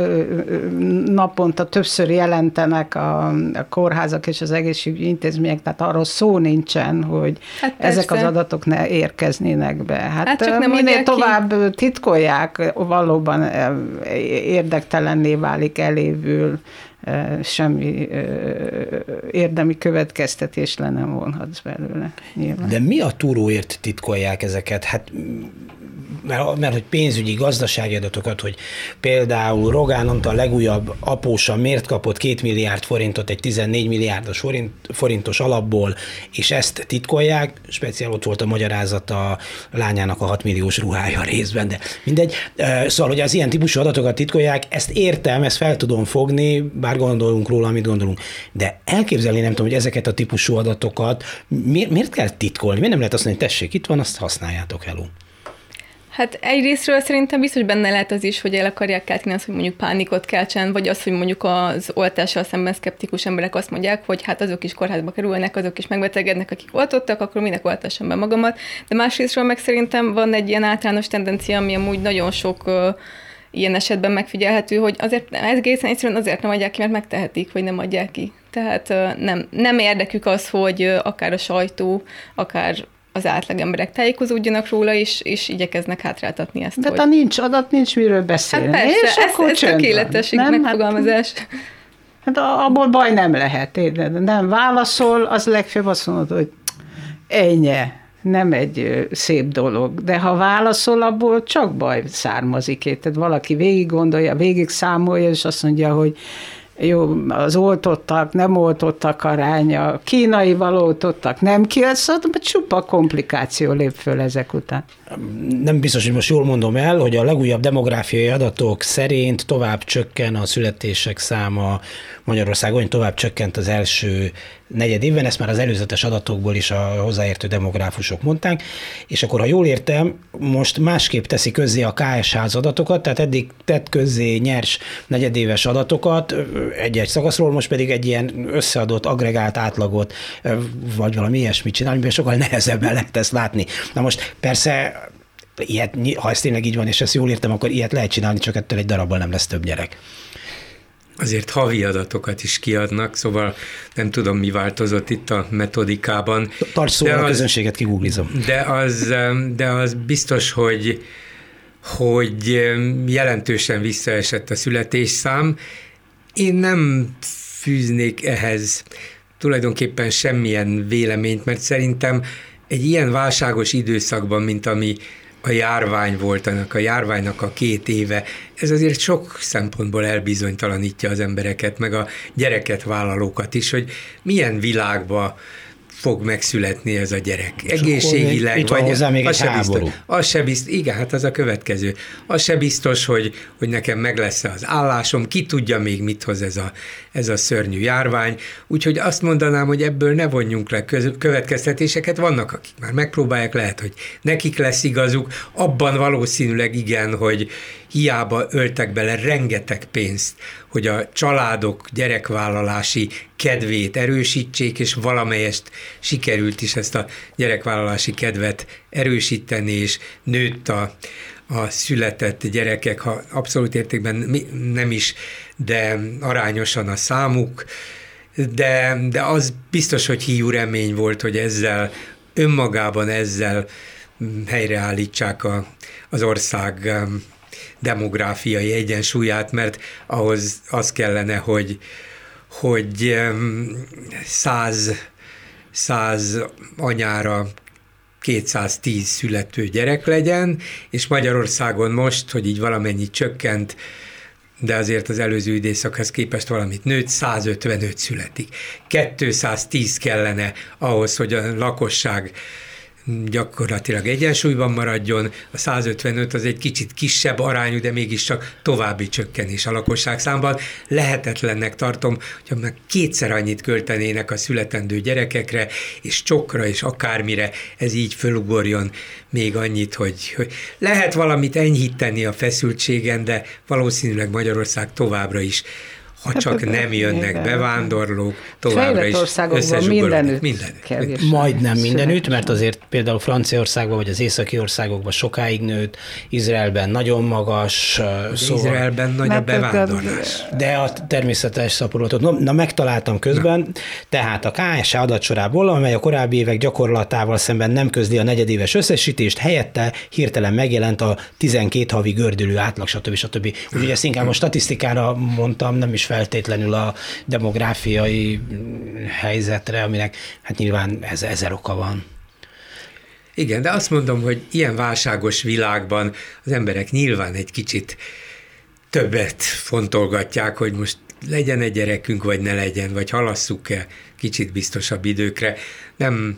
naponta többször jelentenek a, a kórházak és az egészségügyi intézmények, tehát arról szó nincsen, hogy hát ezek az adatok ne érkeznének be. Hát, hát csak nem minél tovább ki. Titkolják, valóban érdektelenné válik, elévül, semmi érdemi következtetés le nem vonhatsz belőle. Nyilván. De mi a túróért titkolják ezeket? Hát mert, mert hogy pénzügyi, gazdasági adatokat, hogy például Rogán Antal legújabb apósa miért kapott két milliárd forintot egy tizennégy milliárdos forint, forintos alapból, és ezt titkolják, speciál ott volt a magyarázat a lányának a hat milliós ruhája részben, de mindegy. Szóval, hogy az ilyen típusú adatokat titkolják, ezt értem, ezt fel tudom fogni, bár gondolunk róla, amit gondolunk. De elképzelni nem tudom, hogy ezeket a típusú adatokat miért, miért kell titkolni? Miért nem lehet azt mondani, hogy tessék, itt van, azt használjátok, hello. Hát egyrésztről szerintem biztos benne lehet az is, hogy el akarják kelteni azt, hogy mondjuk pánikot keltsen, vagy az, hogy mondjuk az oltással szemben szkeptikus emberek azt mondják, hogy hát azok is kórházba kerülnek, azok is megbetegednek, akik oltottak, akkor minek oltassam be magamat. De másrésztről meg szerintem van egy ilyen általános tendencia, ami amúgy nagyon sok uh, ilyen esetben megfigyelhető, hogy azért egészen egyszerűen azért nem adják ki, mert megtehetik, hogy nem adják ki. Tehát uh, nem, nem érdekük az, hogy uh, akár a sajtó, akár az átlagemberek tájékozódjanak róla, és, és igyekeznek hátráltatni ezt. De hogy... ha nincs adat, nincs miről beszélni. Hát persze, és ez, ez tökéletes megfogalmazás. Hát, hát abból baj nem lehet. Nem válaszol, az legfeljebb azt mondod, hogy ennyi, nem egy szép dolog. De ha válaszol, abból csak baj származik. Tehát valaki végig gondolja, végig számolja, és azt mondja, hogy jó, az oltottak, nem oltottak aránya, kínaival oltottak, nem ki, szóval csupa komplikáció lép föl ezek után. Nem biztos, hogy most jól mondom el, hogy a legújabb demográfiai adatok szerint tovább csökken a születések száma Magyarországon, tovább csökkent az első negyed évben, ezt már az előzetes adatokból is a hozzáértő demográfusok mondták, és akkor, ha jól értem, most másképp teszi közzé a ká es há az adatokat, tehát eddig tett közzé nyers negyedéves adatokat egy-egy szakaszról, most pedig egy ilyen összeadott, agregált átlagot, vagy valami ilyesmit csinálni, mert sokkal nehezebben lehet ezt látni. Na most persze, ilyet, ha ez tényleg így van, és ezt jól értem, akkor ilyet lehet csinálni, csak ettől egy darabban nem lesz több gyerek. azért havi adatokat is kiadnak, szóval nem tudom, mi változott itt a metodikában. Tarts szóval a közönséget, kigooglizom. De az, de az biztos, hogy, hogy jelentősen visszaesett a születésszám. Én nem fűznék ehhez tulajdonképpen semmilyen véleményt, mert szerintem egy ilyen válságos időszakban, mint ami a járvány volt, annak a járványnak a két éve, ez azért sok szempontból elbizonytalanítja az embereket, meg a gyereket vállalókat is, hogy milyen világba fog megszületni ez a gyerek. Egészségileg, itt vagy hozzá még az egy se biztos, háború. az se biztos, igen, hát az a következő. Az se biztos, hogy, hogy nekem meg lesz az állásom, ki tudja még mit hoz ez a, ez a szörnyű járvány. Úgyhogy azt mondanám, hogy ebből ne vonjunk le következtetéseket. Vannak, akik már megpróbálják, lehet, hogy nekik lesz igazuk. Abban valószínűleg igen, hogy hiába öltek bele rengeteg pénzt, hogy a családok gyerekvállalási kedvét erősítsék, és valamelyest sikerült is ezt a gyerekvállalási kedvet erősíteni, és nőtt a, a született gyerekek, ha abszolút értékben nem is, de arányosan a számuk, de, de az biztos, hogy hiú remény volt, hogy ezzel, önmagában ezzel helyreállítsák a, az ország demográfiai egyensúlyát, mert ahhoz az kellene, hogy, hogy száz, száz anyára kétszáztíz születő gyerek legyen, és Magyarországon most, hogy így valamennyit csökkent, de azért az előző időszakhoz képest valamit nőtt, százötvenöt születik. kétszáztíz kellene ahhoz, hogy a lakosság gyakorlatilag egyensúlyban maradjon, a százötvenöt az egy kicsit kisebb arányú, de mégiscsak további csökkenés a lakosság számban. Lehetetlennek tartom, hogyha meg kétszer annyit költenének a születendő gyerekekre, és csokra, és akármire ez így fölugorjon még annyit, hogy, hogy lehet valamit enyhíteni a feszültségen, de valószínűleg Magyarország továbbra is, ha hát csak nem jönnek igen. bevándorlók, továbbra is összezsugorodnak. Mindenütt. Majdnem mindenütt, mert azért például Franciaországban, vagy az északi országokban sokáig nőtt, Izraelben nagyon magas. Szóval... Izraelben nagy a bevándorlás. De a természetes szaporodott. Na, na megtaláltam közben, na. Tehát a ká es há adatsorából, amely a korábbi évek gyakorlatával szemben nem közli a negyedéves összesítést, helyette hirtelen megjelent a tizenkét havi gördülő átlag, stb. stb. Úgyhogy ezt inkább a statisztikára mondtam, nem is feltétlenül a demográfiai helyzetre, aminek hát nyilván ez, ezer oka van. Igen, de azt mondom, hogy ilyen válságos világban az emberek nyilván egy kicsit többet fontolgatják, hogy most legyen egy gyerekünk, vagy ne legyen, vagy halasszuk-e kicsit biztosabb időkre. Nem,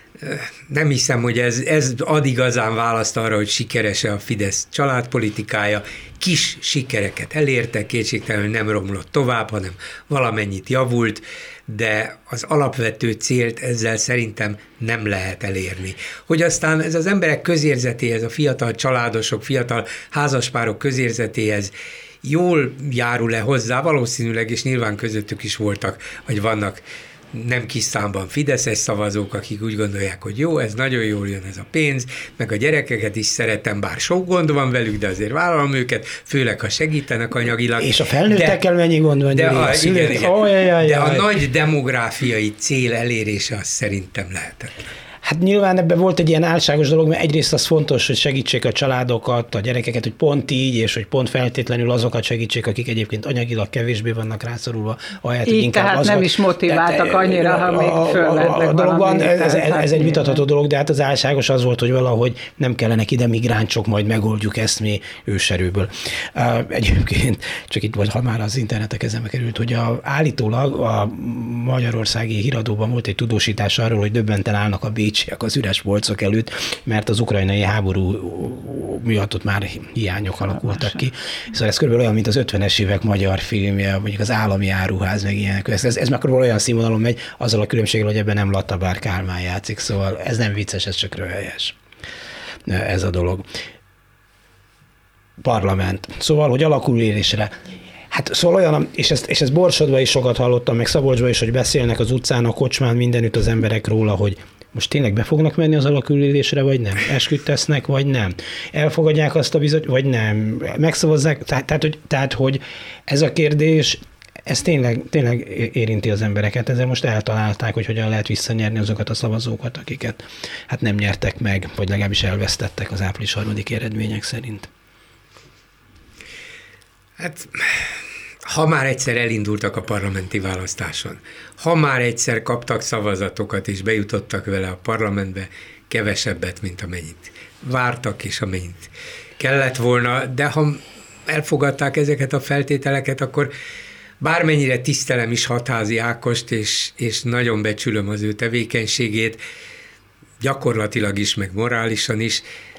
nem hiszem, hogy ez, ez ad igazán választ arra, hogy sikeres-e a Fidesz családpolitikája. Kis sikereket elértek, kétségtelenül nem romlott tovább, hanem valamennyit javult, de az alapvető célt ezzel szerintem nem lehet elérni. Hogy aztán ez az emberek közérzetéhez, a fiatal családosok, fiatal házaspárok közérzetéhez jól járul-e hozzá, valószínűleg, és nyilván közöttük is voltak, vagy vannak nem kis számban fideszes szavazók, akik úgy gondolják, hogy jó, ez nagyon jól jön ez a pénz, meg a gyerekeket is szeretem, bár sok gond van velük, de azért vállalom őket, főleg ha segítenek anyagilag. És a felnőttekkel mennyi gond van? De a, igen, igen. Oh, jaj, jaj, de a nagy demográfiai cél elérése az szerintem lehetetlen. Hát nyilván ebben volt egy ilyen álságos dolog, mert egyrészt az fontos, hogy segítsék a családokat, a gyerekeket, hogy pont így, és hogy pont feltétlenül azokat segítsék, akik egyébként anyagilag kevésbé vannak rászorulva. Ahelyett, így tehát azokat, nem is motiváltak tehát, annyira, ha még fölvettek a dologban, ez, ez, ez egy vitatható dolog, de hát az álságos az volt, hogy valahogy nem kellenek ide migránsok, majd megoldjuk ezt mi őserőből. Egyébként csak itt vagy, ha már az internetek kezembe került, hogy a, állítólag a magyarországi híradóban volt egy tudósítás arról, hogy döbbenten állnak a bécsiek az üres polcok előtt, mert az ukrajnai háború miatt ott már hiányok alakultak ki. Szóval ez körülbelül olyan, mint az ötvenes évek magyar filmje, mondjuk az Állami Áruház, meg ilyenek. Ez, ez, ez már körülbelül olyan színvonalon megy, azzal a különbséggel, hogy ebben nem Latabár Kálmán játszik, szóval ez nem vicces, ez csak röhelyes. Ez a dolog. Parlament. Szóval, hogy alakulésre. Hát szóval olyan, és ezt, és ezt Borsodban is sokat hallottam, meg Szabolcsban is, hogy beszélnek az utcán, a kocsmán, mindenütt az emberek róla, hogy most tényleg be fognak menni az alakulésre, vagy nem? Esküt tesznek, vagy nem? Elfogadják azt a bizony, vagy nem? Megszavazzák? Tehát, tehát, hogy, tehát, hogy ez a kérdés, Ez tényleg, tényleg érinti az embereket, ezzel most eltalálták, hogy hogyan lehet visszanyerni azokat a szavazókat, akiket hát nem nyertek meg, vagy legalábbis elvesztettek az április harmadik eredmények szerint. Hát, ha már egyszer elindultak a parlamenti választáson, ha már egyszer kaptak szavazatokat és bejutottak vele a parlamentbe, kevesebbet, mint amennyit vártak és amennyit kellett volna, de ha elfogadták ezeket a feltételeket, akkor bármennyire tisztelem is Hatházi Ákost, és, és nagyon becsülöm az ő tevékenységét, gyakorlatilag is, meg morálisan is,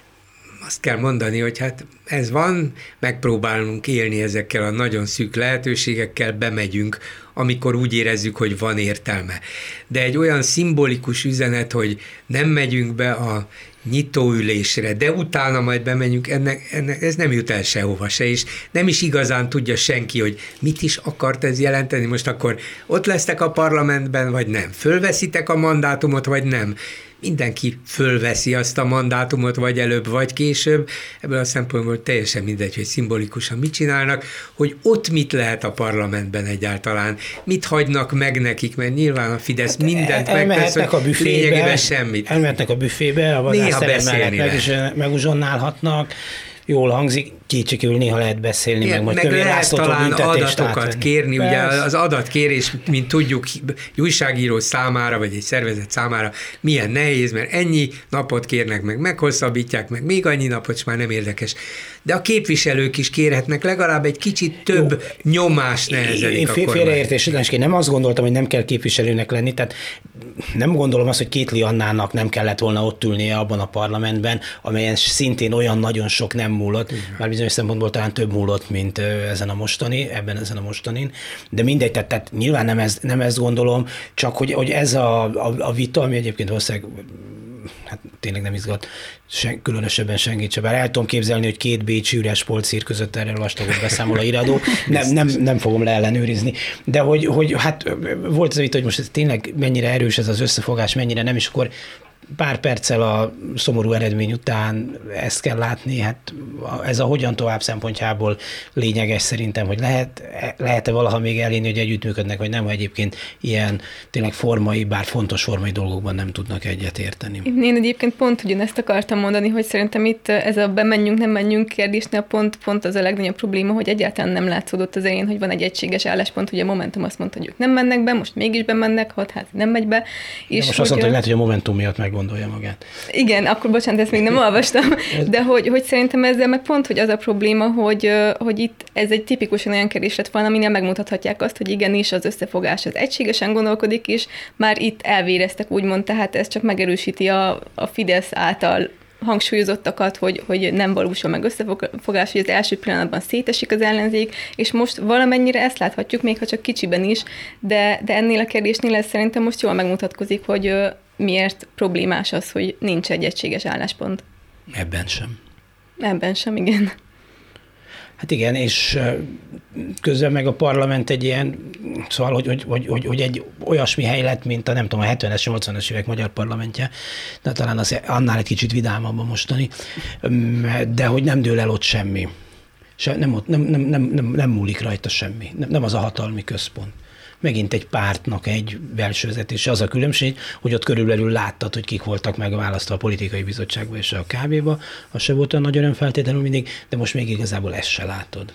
azt kell mondani, hogy hát ez van, megpróbálunk élni ezekkel a nagyon szűk lehetőségekkel, bemegyünk, amikor úgy érezzük, hogy van értelme. De egy olyan szimbolikus üzenet, hogy nem megyünk be a nyitóülésre, de utána majd bemegyünk, ennek, ennek, ez nem jut el sehova se, és nem is igazán tudja senki, hogy mit is akart ez jelenteni, most akkor ott lesztek a parlamentben, vagy nem, fölveszitek a mandátumot, vagy nem. Mindenki fölveszi azt a mandátumot, vagy előbb, vagy később. Ebből a szempontból teljesen mindegy, hogy szimbolikusan mit csinálnak, hogy ott mit lehet a parlamentben egyáltalán, mit hagynak meg nekik, mert nyilván a Fidesz mindent megtesz, hogy lényegében semmit. Elmehetnek a büfébe, a vadászterem mellett meguzsonnálhatnak, jól hangzik, kétségkívül néha lehet beszélni, igen, meg majd meg lehet talán adatokat átvenni. kérni, ugye az adatkérés, mint tudjuk, egy újságíró számára, vagy egy szervezet számára milyen nehéz, mert ennyi napot kérnek meg, meghosszabbítják meg, még annyi napot, és már nem érdekes. De a képviselők is kérhetnek legalább egy kicsit több jó, nyomás nehezedik én a kormány. Félreértés, én nem azt gondoltam, hogy nem kell képviselőnek lenni, tehát nem gondolom azt, hogy Kétli Annának nem kellett volna ott ülnie abban a parlamentben, amelyen szintén olyan nagyon sok nem múlott, már bizonyos szempontból talán több múlott, mint ezen a mostani, ebben ezen a mostanin, de mindegy, tehát, tehát nyilván nem, ez, nem ezt gondolom, csak hogy, hogy ez a, a, a vita, ami egyébként valószínűleg hát tényleg nem izgat sen, különösebben senkit sem. Bár el tudom képzelni, hogy két bécsi üres polcír között erről vastagon beszámol a iradó. Nem, nem, nem fogom leellenőrizni. De hogy, hogy hát volt az a vita, hogy most ez tényleg mennyire erős ez az összefogás, mennyire nem, és akkor pár perccel a szomorú eredmény után ezt kell látni, hát ez a hogyan tovább szempontjából lényeges szerintem, hogy lehet, lehet-e valaha még elérni, hogy együttműködnek, vagy nem, ha egyébként ilyen tényleg formai, bár fontos formai dolgokban nem tudnak egyet érteni. Én egyébként pont ugyanezt akartam mondani, hogy szerintem itt ez a bemenjünk, nem menjünk kérdésnél pont, pont az a legnagyobb probléma, hogy egyáltalán nem látszódott az elején, hogy van egy egységes álláspont, ugye a Momentum azt mondta, hogy ők nem mennek be, most mégis bemennek, Hatházi nem megy be. És most azt mondta, hogy lehet, hogy a Momentum miatt meg gondolja magát. Igen, akkor bocsánat, ezt még nem olvastam, de hogy, hogy szerintem ezzel meg pont, hogy az a probléma, hogy, hogy itt ez egy tipikusan olyan kérdés lett volna, aminél megmutathatják azt, hogy igenis az összefogás az egységesen gondolkodik, és már itt elvéreztek, úgymond, tehát ez csak megerősíti a, a Fidesz által hangsúlyozottakat, hogy, hogy nem valósul meg összefogás, hogy az első pillanatban szétesik az ellenzék, és most valamennyire ezt láthatjuk, még ha csak kicsiben is, de, de ennél a kérdésnél ez szerintem most jól megmutatkozik, hogy miért problémás az, hogy nincs egy egységes álláspont. Ebben sem. Ebben sem, igen. Hát igen, és közben meg a parlament egy ilyen, szóval, hogy, hogy, hogy, hogy, hogy egy olyasmi hely lett, mint a nem tudom, a hetvenes, nyolcvanas évek magyar parlamentje, de talán az annál egy kicsit vidámabb a mostani, de hogy nem dől el ott semmi. Se, nem, ott, nem, nem, nem, nem, nem múlik rajta semmi. Nem, nem az a hatalmi központ. Megint egy pártnak egy belső vezetése. Az a különbség, hogy ott körülbelül láttad, hogy kik voltak megválasztva a politikai bizottságba és a ká bé-ba. Az se volt olyan nagy öröm feltétlenül mindig, de most még igazából ezt se látod.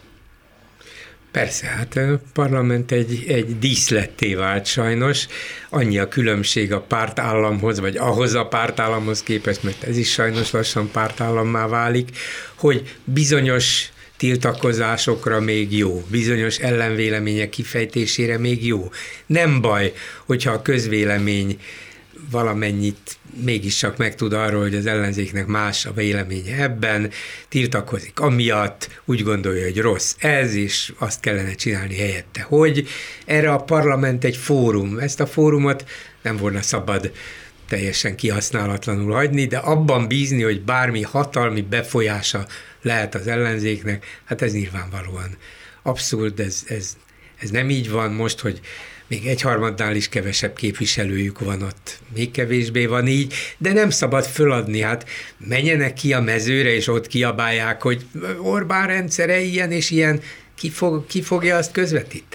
Persze, hát a parlament egy, egy díszletté vált sajnos. Annyi a különbség a pártállamhoz, vagy ahhoz a pártállamhoz képest, mert ez is sajnos lassan pártállammá válik, hogy bizonyos tiltakozásokra még jó, bizonyos ellenvélemények kifejtésére még jó. Nem baj, hogyha a közvélemény valamennyit mégis csak megtud arról, hogy az ellenzéknek más a véleménye ebben, tiltakozik amiatt, úgy gondolja, hogy rossz ez, és azt kellene csinálni helyette. Hogy erre a parlament egy fórum, ezt a fórumot nem volna szabad teljesen kihasználatlanul hagyni, de abban bízni, hogy bármi hatalmi befolyása lehet az ellenzéknek, hát ez nyilvánvalóan abszurd, ez, ez, ez nem így van most, hogy még egyharmadnál is kevesebb képviselőjük van ott, még kevésbé van így, de nem szabad föladni, hát menjenek ki a mezőre, és ott kiabálják, hogy Orbán rendszere ilyen és ilyen, ki, fog, ki fogja azt közvetíteni?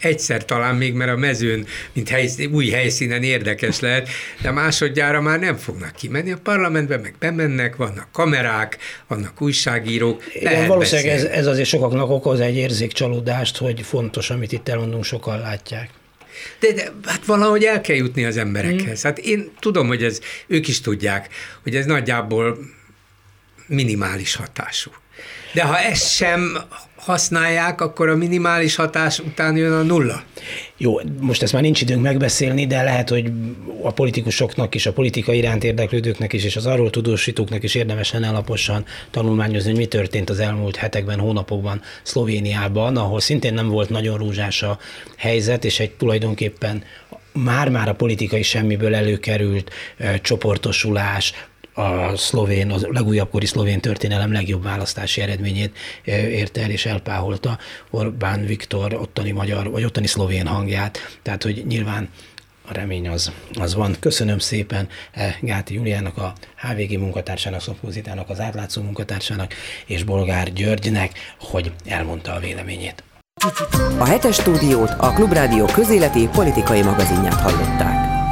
egyszer talán még, mert a mezőn, mint helyszín, új helyszínen érdekes lehet, de másodjára már nem fognak kimenni a parlamentbe, meg bemennek, vannak kamerák, vannak újságírók, igen, valószínűleg ez, ez azért sokaknak okoz egy érzékcsalódást, hogy fontos, amit itt elmondunk, sokan látják. De, de hát valahogy el kell jutni az emberekhez. Hmm. Hát én tudom, hogy ez, ők is tudják, hogy ez nagyjából minimális hatású. De ha ezt sem használják, akkor a minimális hatás után jön a nulla. Jó, most ezt már nincs időnk megbeszélni, de lehet, hogy a politikusoknak is, a politika iránt érdeklődőknek is, és az arról tudósítóknak is érdemesen alaposan tanulmányozni, hogy mi történt az elmúlt hetekben, hónapokban Szlovéniában, ahol szintén nem volt nagyon rózsás a helyzet, és egy tulajdonképpen már-már a politikai semmiből előkerült e, csoportosulás, a szlovén, a legújabb kori szlovén történelem legjobb választási eredményét érte el és elpáholta Orbán Viktor ottani magyar, vagy ottani szlovén hangját. Tehát, hogy nyilván a remény az, az van. Köszönöm szépen Gáti Júliának, a há vé gé munkatársának, Szopózitának, az átlátszó munkatársának és Bolgár Györgynek, hogy elmondta a véleményét. A hetes stúdiót, a Klubrádió közéleti politikai magazinját hallották.